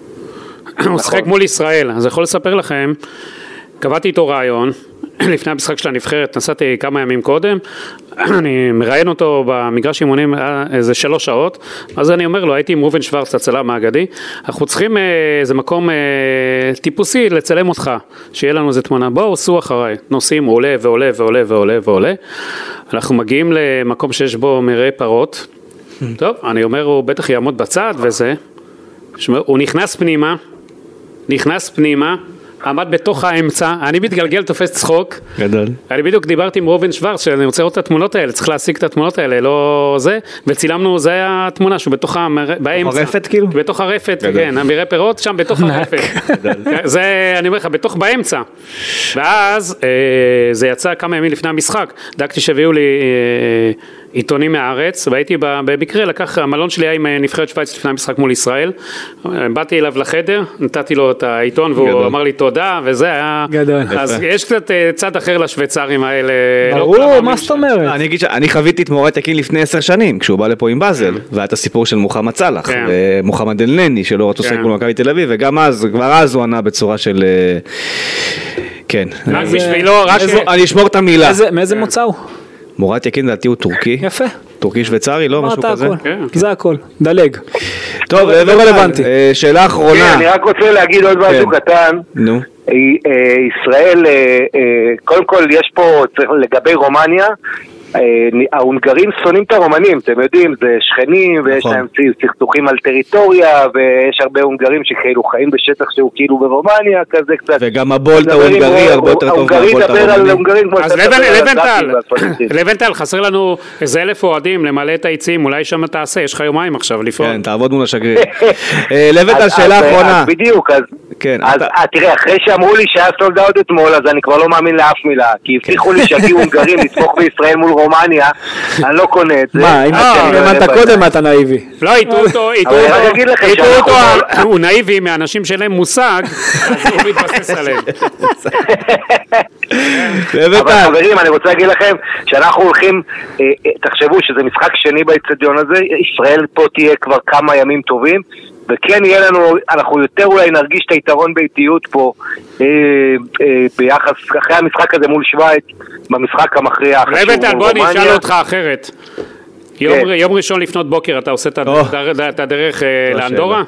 הוא שחק מול ישראל, אז יכול לספר לכם, קבעתי איתו רעיון, לפני המשחק של הנבחרת, נסעתי כמה ימים קודם, אני מראיין אותו במגרש אימונים איזה שלוש שעות, אז אני אומר לו, הייתי עם ראובן שוורץ, הצלם האגדי, אנחנו צריכים איזה מקום טיפוסי לצלם אותך, שיהיה לנו איזה תמונה, בואו, סעו אחריי, נוסעים, עולה ועולה ועולה ועולה ועולה, אנחנו מגיעים למקום שיש בו מראה פרות, טוב, אני אומר, הוא בטח יעמוד בצד וזה, הוא נכנס פנימה, נכנס פנימה, עמד בתוך האמצע, אני מתגלגל תופס צחוק. גדול. אני בדיוק דיברתי עם ראובן שוורץ, שאני רוצה לראות את התמונות האלה, צריך להשיג את התמונות האלה, לא זה, וצילמנו, זה היה התמונה שהוא בתוך באמצע. הרפת כאילו? בתוך הרפת, כן, המראה פירות שם בתוך הרפת. זה, אני אומר לך, בתוך באמצע. ואז זה יצא כמה ימים לפני המשחק, דאגתי שהביאו לי עיתונים מהארץ, והייתי במקרה, לקח, המלון שלי היה עם נבחרת שוויץ לפני המשחק מול ישראל, באתי אליו לחדר, נתתי לו את העיתון, והוא אמר לי תודה, וזה היה... גדול. אז יש קצת צד אחר לשוויצרים האלה. ברור, מה זאת אומרת? אני אגיד שאני חוויתי את מורת יקין לפני עשר שנים, כשהוא בא לפה עם באזל, והיה את הסיפור של מוחמד סלאח, ומוחמד אלנני, שלא רצו לשחק מול מכבי תל אביב, וגם אז, כבר אז הוא ענה בצורה של... כן. רק בשבילו, רק... אני אשמור את המילה. מאיזה מוצא הוא? מורת יקין דעתי הוא טורקי. יפה. טורקי שוויצרי, לא משהו כזה? זה הכל, דלג. טוב, לא רלוונטי. שאלה אחרונה. אני רק רוצה להגיד עוד משהו קטן. נו. ישראל, קודם כל יש פה, לגבי רומניה, ההונגרים שונאים את הרומנים, אתם יודעים, זה שכנים ויש להם סכסוכים על טריטוריה ויש הרבה הונגרים שכאילו חיים בשטח שהוא כאילו ברומניה כזה קצת, וגם הבולט ההונגרי הרבה יותר טוב מהבולט הרומני. אז לבנטל, לבנטל חסר לנו איזה אלף אוהדים למלא את היציעים, אולי שם תעשה, יש לך יומיים עכשיו לפעול. כן, תעבוד מול השגריר. לבנטל, שאלה אחרונה. בדיוק, אז תראה, אחרי שאמרו לי שהיה סולד אאוט אתמול, אז אני כבר לא מאמין לאף מילה, כי הבטיחו לי שיגיעו הונגרים לתמוך בישראל מול רומניה, אני לא קונה את זה. מה, אם אתה קודם אתה נאיבי. לא, איתו אותו, איתו אותו, הוא נאיבי, מאנשים שלהם מושג, אז הוא מתבסס עליהם. אבל חברים, אני רוצה להגיד לכם, שאנחנו הולכים, תחשבו שזה משחק שני באצטדיון הזה, ישראל פה תהיה כבר כמה ימים טובים, וכן יהיה לנו, אנחנו יותר אולי נרגיש את היתרון באיטיות פה אה, אה, ביחס, אחרי המשחק הזה מול שוויץ, במשחק המכריע החשוב מול רבטל, בוא אני אשאל אותך אחרת. יום, כן. יום ראשון לפנות בוקר אתה עושה את oh. הדרך oh. לאנדורה?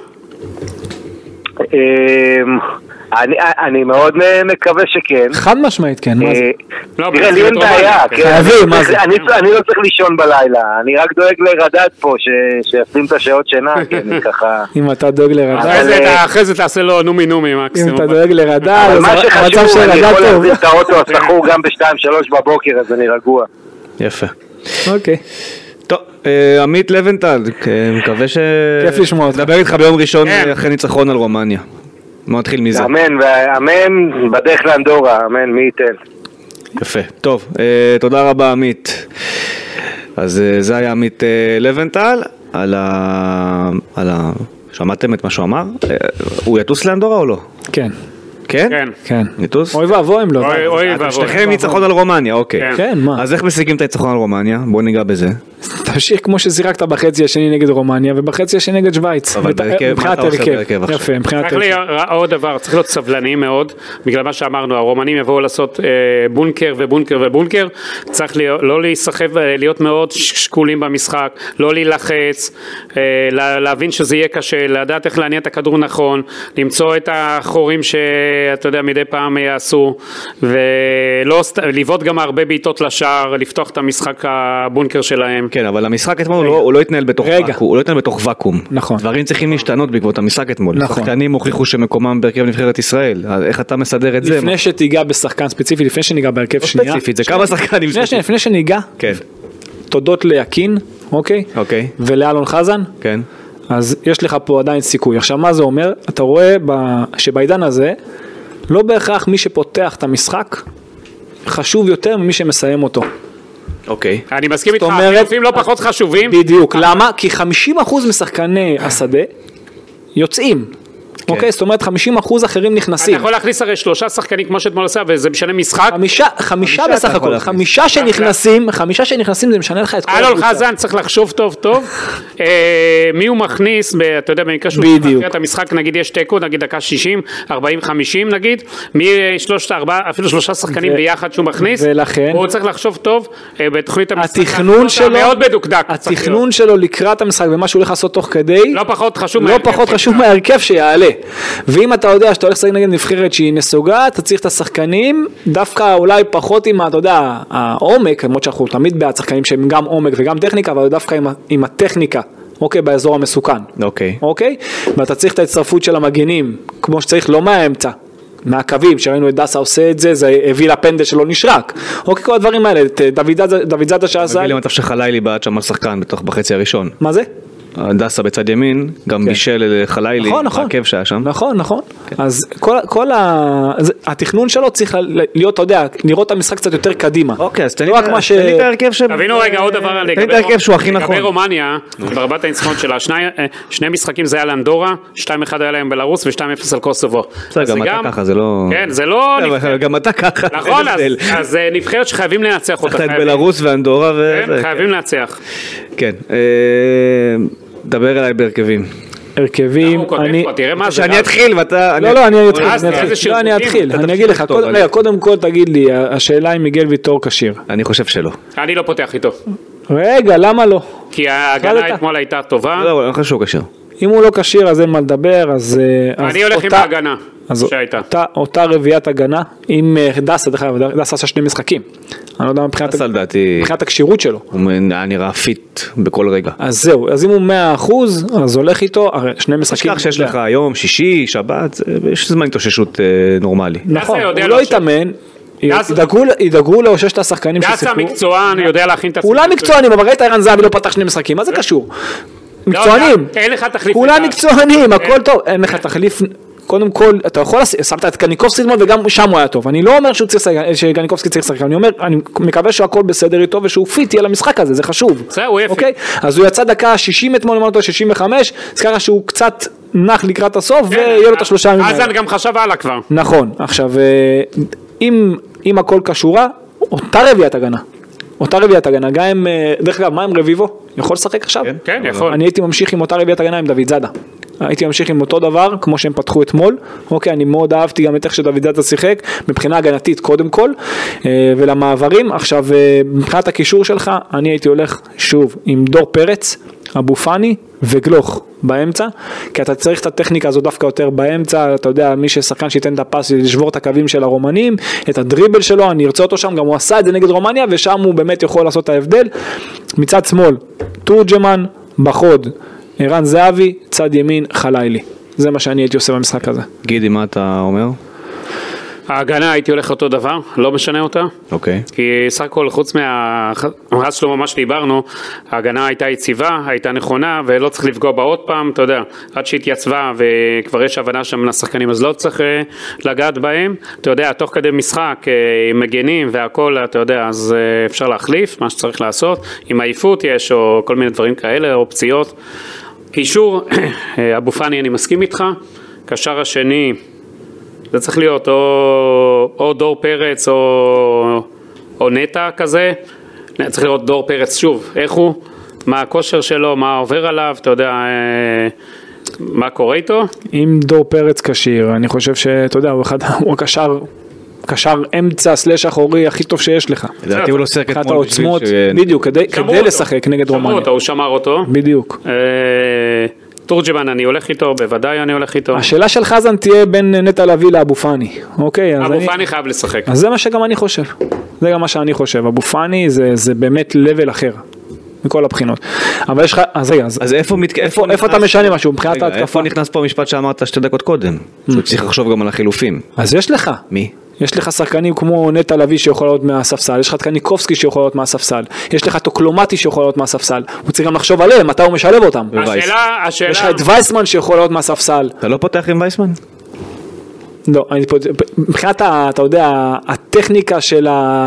אה, אני, אני מאוד מקווה שכן. חד משמעית כן, מה זה? תראה, לי אין בעיה, אני לא צריך לישון בלילה, אני רק דואג לרדד פה, שישים את השעות שינה, כי אני ככה... אם אתה דואג לרדד... אחרי זה תעשה לו נומי נומי מקסימום. אם אתה דואג לרדד, מה שחשוב, אני יכול להחזיר את האוטו הסחור גם בשתיים שלוש בבוקר, אז אני רגוע. יפה. אוקיי. טוב, עמית לבנטל, מקווה ש... כיף לשמוע אותך. נדבר איתך ביום ראשון אחרי ניצחון על רומניה. בוא נתחיל מזה. אמן, ואמן בדרך לאנדורה, אמן, מי ייתן. יפה, טוב, תודה רבה עמית. אז זה היה עמית לבנטל, על ה... על ה... שמעתם את מה שהוא אמר? הוא יטוס לאנדורה או לא? כן. כן? כן. כן. ניטוס? אוי ואבוי אם לא. אוי אוי ואבוי. שתיכם ניצחון על רומניה, אוקיי. כן, מה? אז איך משיגים את הניצחון על רומניה? בואו ניגע בזה. תמשיך כמו שזירקת בחצי השני נגד רומניה ובחצי השני נגד שוויץ. אבל מה אתה עושה בהרכב עכשיו? יפה, מבחינת הרכב. צריך עוד דבר, צריך להיות סבלניים מאוד, בגלל מה שאמרנו, הרומנים יבואו לעשות בונקר ובונקר ובונקר, צריך לא להיסחב, להיות מאוד שקולים במשחק, לא להילחץ, להבין שזה יהיה קשה, לדעת איך להניע את הכדור נכון, למצוא את החורים שאתה יודע מדי פעם יעשו, ולבעוט גם הרבה בעיטות לשער, לפתוח את המשחק הבונקר שלהם. כן, אבל המשחק אתמול הוא לא התנהל בתוך ואקום, הוא לא התנהל בתוך ואקום. נכון. דברים צריכים להשתנות בעקבות המשחק אתמול. נכון. שחקנים הוכיחו שמקומם בהרכב נבחרת ישראל. איך אתה מסדר את זה? לפני שתיגע בשחקן ספציפי, לפני שניגע בהרכב שנייה. ספציפית, זה כמה שחקנים. לפני שניגע. כן. תודות ליקין, אוקיי? אוקיי. ולאלון חזן. כן. אז יש לך פה עדיין סיכוי. עכשיו מה זה אומר? אתה רואה שבעידן הזה לא בהכרח מי שפותח את המשחק חשוב יותר ממי שמסיים אותו. אוקיי. אני מסכים איתך, חילופים לא פחות חשובים. בדיוק, למה? כי חמישים אחוז משחקני השדה יוצאים. אוקיי, זאת אומרת חמישים אחוז אחרים נכנסים. אתה יכול להכניס הרי שלושה שחקנים כמו שאתמול עשה, וזה משנה משחק. חמישה, חמישה בסך הכל, חמישה שנכנסים, חמישה שנכנסים זה משנה לך את כל הקבוצה. אלון חזן צריך לחשוב טוב טוב, מי הוא מכניס, אתה יודע במקרה שהוא מכריע את המשחק, נגיד יש תיקו, נגיד דקה שישים, ארבעים חמישים נגיד, מי שלושת ארבעה, אפילו שלושה שחקנים ביחד שהוא מכניס, הוא צריך לחשוב טוב בתוכנית המשחק. התכנון שלו, מאוד מדוקדק. התכנון שלו לקראת המשחק ומה שהוא הולך לעשות תוך כדי, לא פחות חשוב לא פחות חשוב מההרכב שיעלה. ואם אתה יודע שאתה הולך לשחק נגד נבחרת שהיא נסוגה, אתה צריך את השחקנים, דווקא אולי פחות עם, אתה יודע, העומק, למרות שאנחנו תמיד בעד שחקנים שהם גם עומק וגם טכניקה, אבל דווקא עם, עם הטכניקה, אוקיי, באזור המסוכן. אוקיי. אוקיי? ואתה צריך את ההצטרפות של המגנים, כמו שצריך, לא מהאמצע, מהקווים, שראינו את דסה עושה את זה, זה הביא לפנדל שלא נשרק. אוקיי, כל הדברים האלה, דוד זאדה שעשה... מביא למצב שחלילי בעט שם על שחקן בתוך בחצי הראשון. מה זה? דסה בצד ימין, גם בישל חלילי, העקב שהיה שם. נכון, נכון. אז כל התכנון שלו צריך להיות, אתה יודע, לראות את המשחק קצת יותר קדימה. אוקיי, אז תן לי את ההרכב ש... תבינו רגע עוד דבר לגבי רומניה, ברבת הניצחונות שלה, שני משחקים זה היה לאנדורה, שתיים אחד היה להם בלרוס ו-שתיים אפס על קוסובו. גם אתה ככה, זה לא... כן, זה לא... גם אתה ככה. נכון, אז נבחרת שחייבים לנצח אותה. בלרוס ואנדורה ו... חייבים לנצח. כן. דבר אליי בהרכבים. הרכבים, אני... שאני אתחיל ואתה... לא, לא, אני אתחיל. לא, אני אתחיל. אני אגיד לך, קודם כל תגיד לי, השאלה אם מיגל ויטור כשיר. אני חושב שלא. אני לא פותח איתו. רגע, למה לא? כי ההגנה אתמול הייתה טובה. לא, אני חושב שהוא כשיר. אם הוא לא כשיר אז אין מה לדבר, אז... אני הולך עם ההגנה שהייתה. אותה רביעת הגנה, עם דסה, דסה עשה שני משחקים. אני לא יודע מבחינת הקשירות שלו. הוא נראה פיט בכל רגע. אז זהו, אז אם הוא מאה אחוז, אז הולך איתו, שני משחקים. תשכח שיש לך היום, שישי, שבת, יש זמן התאוששות נורמלי. נכון, הוא לא יתאמן, ידאגו לאושש את השחקנים ששיחקו. דסה מקצוען, יודע להכין את השחקנים. כולם מקצוענים, אבל ראית ערן זהבי לא פתח שני משחקים, מה זה קשור? מקצוענים. אין לך תחליף. כולם מקצוענים, הכל טוב, אין לך תחליף. קודם כל, אתה יכול, שמת את קניקובסקי אתמול וגם שם הוא היה טוב. אני לא אומר שקניקובסקי צריך לשחק, אני אומר, אני מקווה שהכל בסדר איתו ושהוא פיט יהיה למשחק הזה, זה חשוב. זה הוא יפי. אוקיי? אז הוא יצא דקה שישים אתמול, אמרנו אותו שישים וחמש, אז ככה שהוא קצת נח לקראת הסוף ויהיה לו את השלושה ימים. אז אני גם חשב הלאה כבר. נכון, עכשיו, אם, אם הכל קשורה, אותה רביעת הגנה. אותה רביעת הגנה, גם עם, דרך אגב, מה עם רביבו? יכול לשחק עכשיו? כן, כן, יכול. אני הייתי ממשיך עם אותה רביעת הגנה עם דוד זאדה. הייתי ממשיך עם אותו דבר, כמו שהם פתחו אתמול. אוקיי, אני מאוד אהבתי גם את איך שדוד זאדה שיחק, מבחינה הגנתית קודם כל, ולמעברים. עכשיו, מבחינת הקישור שלך, אני הייתי הולך שוב עם דור פרץ, אבו פאני וגלוך באמצע, כי אתה צריך את הטכניקה הזו דווקא יותר באמצע, אתה יודע, מי ששחקן שייתן את הפס, לשבור את הקווים של הרומנים, את הדריבל שלו, אני ארצה אותו שם, גם הוא עשה את זה נגד רומניה, ושם הוא באמת יכול לעשות את ההבדל. מצד שמאל, תורג'מן, בחוד, ערן זהבי, צד ימין, חלילי. זה מה שאני הייתי עושה במשחק הזה. גידי, מה אתה אומר? ההגנה הייתי הולך אותו דבר, לא משנה אותה. אוקיי. כי סך הכל חוץ מהמרץ שלו ממש דיברנו, ההגנה הייתה יציבה, הייתה נכונה, ולא צריך לפגוע בה עוד פעם, אתה יודע, עד שהתייצבה וכבר יש הבנה שם לשחקנים, אז לא צריך לגעת בהם. אתה יודע, תוך כדי משחק, מגנים והכל, אתה יודע, אז אפשר להחליף, מה שצריך לעשות. עם עייפות יש, או כל מיני דברים כאלה, או פציעות. קישור, אבו פאני, אני מסכים איתך. קשר השני, זה צריך להיות או, או דור פרץ או, או נטע כזה. צריך לראות דור פרץ שוב, איך הוא, מה הכושר שלו, מה עובר עליו, אתה יודע, מה קורה איתו. אם דור פרץ קשיר, אני חושב שאתה יודע, הוא אחד, הוא הקשר, קשר אמצע סלש אחורי הכי טוב שיש לך. לדעתי הוא לא שיחק אתמול בשביל ש... בדיוק, כדי לשחק נגד רומניה. הוא שמר אותו. בדיוק. תורג'מן אני הולך איתו, בוודאי אני הולך איתו. השאלה של חזן תהיה בין נטע לביא לאבו פאני, אוקיי? אבו פאני חייב לשחק. אז זה מה שגם אני חושב, זה גם מה שאני חושב, אבו פאני זה, זה באמת לבל אחר, מכל הבחינות. אבל יש לך, אז רגע, אז איפה, איפה, איפה אתה משנה משהו, מבחינת ההתקפה? איפה נכנס פה משפט שאמרת שתי דקות קודם, שהוא צריך לחשוב גם על החילופים. אז יש לך. מי? יש לך שחקנים כמו נטע לביא שיכול להיות מהספסל, יש לך קניקובסקי שיכול להיות מהספסל, יש לך טוקלומטי שיכול להיות מהספסל, הוא צריך גם לחשוב עליהם, מתי הוא משלב אותם. השאלה, השאלה... יש לך את וייסמן שיכול להיות מהספסל. אתה לא פותח עם וייסמן? לא, מבחינת, אתה יודע, הטכניקה של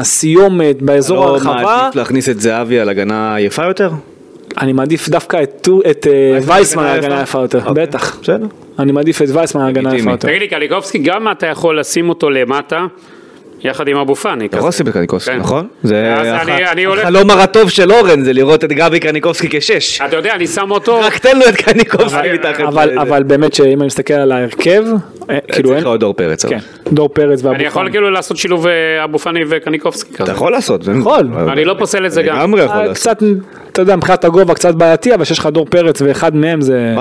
הסיומת באזור הרחבה... לא מעדיף להכניס את זהבי על הגנה יפה יותר? אני מעדיף דווקא את וייסמן על הגנה יפה יותר, בטח. בסדר. אני מעדיף את וייסמן על הגנה יפה יותר. תגיד לי, קניקובסקי, גם אתה יכול לשים אותו למטה, יחד עם אבו פאני. אתה יכול לשים את קניקובסקי, נכון? זה החלום החלום הרטוב של אורן, זה לראות את גבי קניקובסקי כשש. אתה יודע, אני שם אותו... רק תן לו את קניקובסקי מתחת. אבל באמת שאם אני מסתכל על ההרכב, כאילו אין... צריך דור פרץ. כן, דור פרץ ואבו פאני. אני יכול כאילו לעשות שילוב אבו פאני וקניקובסקי. אתה יכול לעשות. יכול. אני לא פוסל את זה גם. קצת, אתה יודע, מבחינת הגובה קצת בעייתי, אבל שיש לך דור פרץ ואחד מהם זה...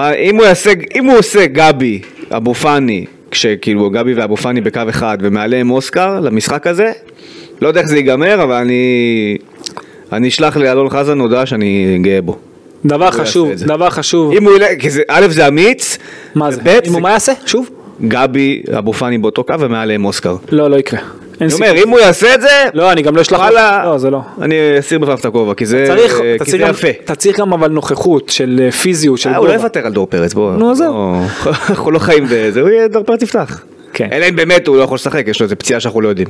אם הוא עושה גבי, אבו פאני, כשכאילו גבי ואבו פאני בקו אחד ומעליהם אוסקר למשחק הזה, לא יודע איך זה ייגמר, אבל אני אני אשלח לאלון חזן הודעה שאני גאה בו. דבר חשוב, דבר חשוב. אם הוא ילך, א' זה אמיץ, מה זה? אם הוא מה יעשה? שוב? גבי, אבו פאני באותו קו ומעליהם אוסקר. לא, לא יקרה. אני אומר, אם הוא יעשה את זה... לא, אני גם לא אשלח... לא, זה לא. אני אסיר בפניו את הכובע, כי זה יפה. אתה צריך גם אבל נוכחות של פיזיות, של גובה. הוא לא יוותר על דור פרץ, בוא. נו, זהו. אנחנו לא חיים בזה, הוא יהיה דור פרץ יפתח. כן. אלא אם באמת הוא לא יכול לשחק, יש לו איזה פציעה שאנחנו לא יודעים.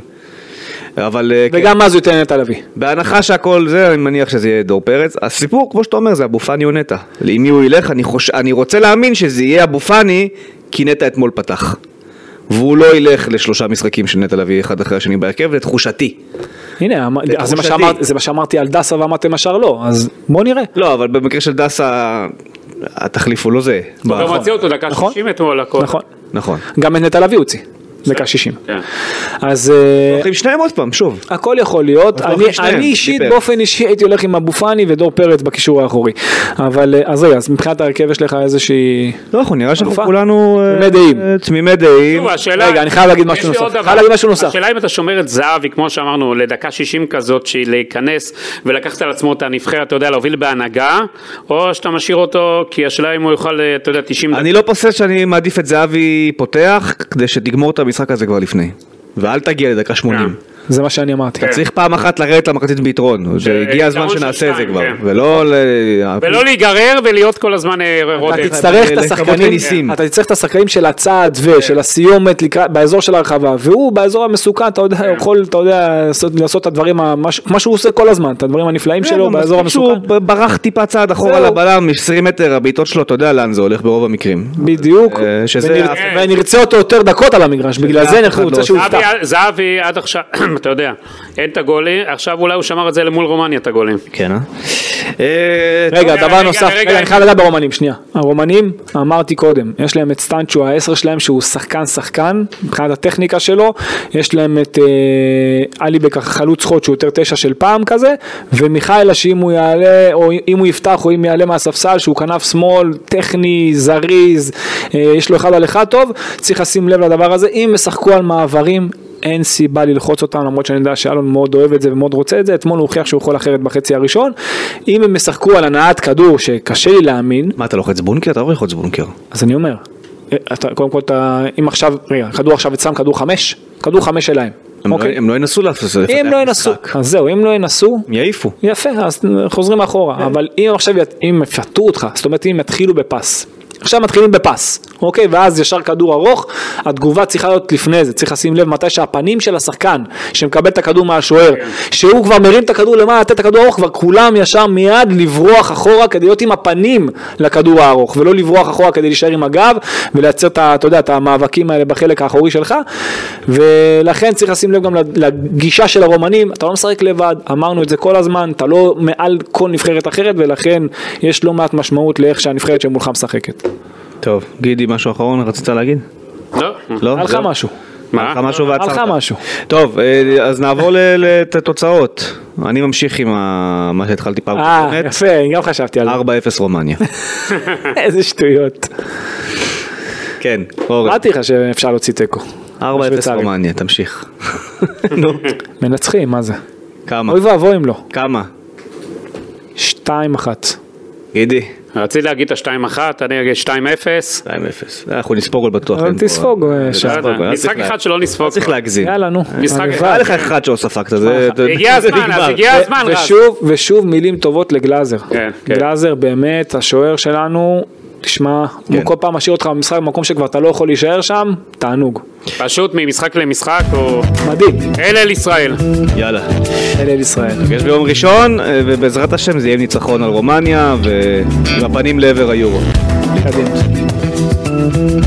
אבל... וגם אז הוא ייתן נטע לביא. בהנחה שהכל זה, אני מניח שזה יהיה דור פרץ. הסיפור, כמו שאתה אומר, זה אבו פאני או נטע. למי הוא ילך, אני רוצה להאמין שזה יהיה אבו פאני, כי נטע אתמול פתח. והוא לא ילך לשלושה משחקים של נטע לביא אחד אחרי השני בהרכב, לתחושתי. הנה, זה מה שאמרתי על דסה ואמרתם השאר לא, אז בוא נראה. לא, אבל במקרה של דסה, התחליף הוא לא זה. הוא גם הוציא אותו דקה שישים אתמול הכל. נכון. נכון. גם את נטע לביא הוציא. דקה שישים. אז... הולכים שניהם עוד פעם, שוב. הכל יכול להיות. אני אישית, באופן אישי, הייתי הולך עם אבו פאני ודור פרץ בקישור האחורי. אבל, אז רגע, אז מבחינת ההרכב יש לך איזושהי... לא, אנחנו נראה שאנחנו כולנו... תמימי דעים. תמימי דעים. רגע, אני חייב להגיד משהו נוסף. חייב להגיד משהו נוסף. השאלה אם אתה שומר את זהבי, כמו שאמרנו, לדקה שישים כזאת, שהיא להיכנס ולקחת על עצמו את הנבחרת, אתה יודע, להוביל בהנהגה, או שאתה משאיר אותו, כי השאלה אם הוא יוכל, אתה יודע, תשעים... אני לא פוסל שאני מעדיף את זהבי פותח, כדי שתגמור את המשחק הזה כבר לפני. ואל תגיע לדקה שמונים. זה מה שאני אמרתי. אתה צריך פעם אחת לרדת למחצית ביתרון, הגיע הזמן שנעשה את זה כבר, ולא ולא להיגרר ולהיות כל הזמן רוטט. אתה תצטרך את השחקנים, אתה תצטרך את השחקנים של הצעד ושל הסיומת באזור של הרחבה, והוא באזור המסוכן, אתה יודע, יכול, אתה יודע, לעשות את הדברים, מה שהוא עושה כל הזמן, את הדברים הנפלאים שלו באזור המסוכן. שהוא ברח טיפה צעד אחורה לבלם, עשרים מטר, הבעיטות שלו, אתה יודע לאן זה הולך ברוב המקרים. בדיוק, ונרצה אותו יותר דקות על המגרש, בגלל זה אנחנו רוצה שהוא יפתח. זהבי עד עכשיו, אתה יודע, אין את הגולים, עכשיו אולי הוא שמר את זה למול רומניה את הגולים. כן, אה? רגע, דבר נוסף, רגע, אני חייב לדעת ברומנים, שנייה. הרומנים, אמרתי קודם, יש להם את סטנצ'ו, העשר שלהם שהוא שחקן שחקן, מבחינת הטכניקה שלו, יש להם את אליבק החלוץ חוד שהוא יותר תשע של פעם כזה, ומיכאלה שאם הוא יעלה, או אם הוא יפתח או אם יעלה מהספסל, שהוא כנף שמאל, טכני, זריז, יש לו אחד על אחד טוב, צריך לשים לב לדבר הזה, אם משחקו על מעברים, אין סיבה ללחוץ אותם, למרות שאני יודע שאלון מאוד אוהב את זה ומאוד רוצה את זה, אתמול הוא הוכיח שהוא יכול אחרת בחצי הראשון, אם הם משחקו על הנעת כדור שקשה לי להאמין. מה, אתה לוחץ בונקר? אתה לא לוחץ בונקר. אז אני אומר, אתה, קודם כל, אתה, אם עכשיו, רגע, כדור עכשיו אצלם כדור חמש, כדור חמש שלהם. הם, אוקיי? לא, הם לא ינסו לפתח משחק. אם לא ינסו, אז זהו, אם לא ינסו, הם יעיפו. יפה, אז חוזרים אחורה, אבל אם עכשיו, אם יפתו אותך, זאת אומרת, אם יתחילו בפס, עכשיו מתחילים בפס, אוקיי? ואז ישר כדור ארוך, התגובה צריכה להיות לפני זה, צריך לשים לב מתי שהפנים של השחקן, שמקבל את הכדור מהשוער, שהוא כבר מרים את הכדור למעלה, לתת את הכדור הארוך, כבר כולם ישר מיד לברוח אחורה, כדי להיות עם הפנים לכדור הארוך, ולא לברוח אחורה כדי להישאר עם הגב, ולייצר את, אתה יודע, את המאבקים האלה בחלק האחורי שלך, ולכן צריך לשים לב גם לגישה של הרומנים, אתה לא משחק לבד, אמרנו את זה כל הזמן, אתה לא מעל כל נבחרת אחרת, ולכן יש לא מעט משמעות לאיך שהנבחרת שמולך משחקת. טוב, גידי, משהו אחרון רצית להגיד? לא. לא? הלך משהו. מה? הלך משהו ועצרת. הלך משהו. טוב, אז נעבור לתוצאות. אני ממשיך עם מה שהתחלתי פעם. אה, יפה, גם חשבתי על זה. ארבע אפס רומניה. איזה שטויות. כן, אורן. אמרתי לך שאפשר להוציא תיקו. ארבע אפס רומניה, תמשיך. מנצחים, מה זה? כמה? אוי ואבוי אם לא. כמה? שתיים אחת. גידי. רציתי להגיד את ה-שתיים אחת, אני אגיד שתיים אפס. שתיים אפס, אנחנו נספוג על בטוח. אבל תספוג. משחק אחד שלא נספוג. צריך להגזים. יאללה, נו. היה לך אחד שלא ספקת, זה הגיע הזמן, אז הגיע הזמן. ושוב מילים טובות לגלאזר. גלאזר באמת, השוער שלנו, תשמע, הוא כל פעם משאיר אותך במשחק במקום שכבר אתה לא יכול להישאר שם, תענוג. פשוט ממשחק למשחק הוא... מדהים. אל אל ישראל. יאללה. אל אל ישראל. יש ביום ראשון, ובעזרת השם זה יהיה ניצחון על רומניה, ועם הפנים לעבר היורו. קדימה.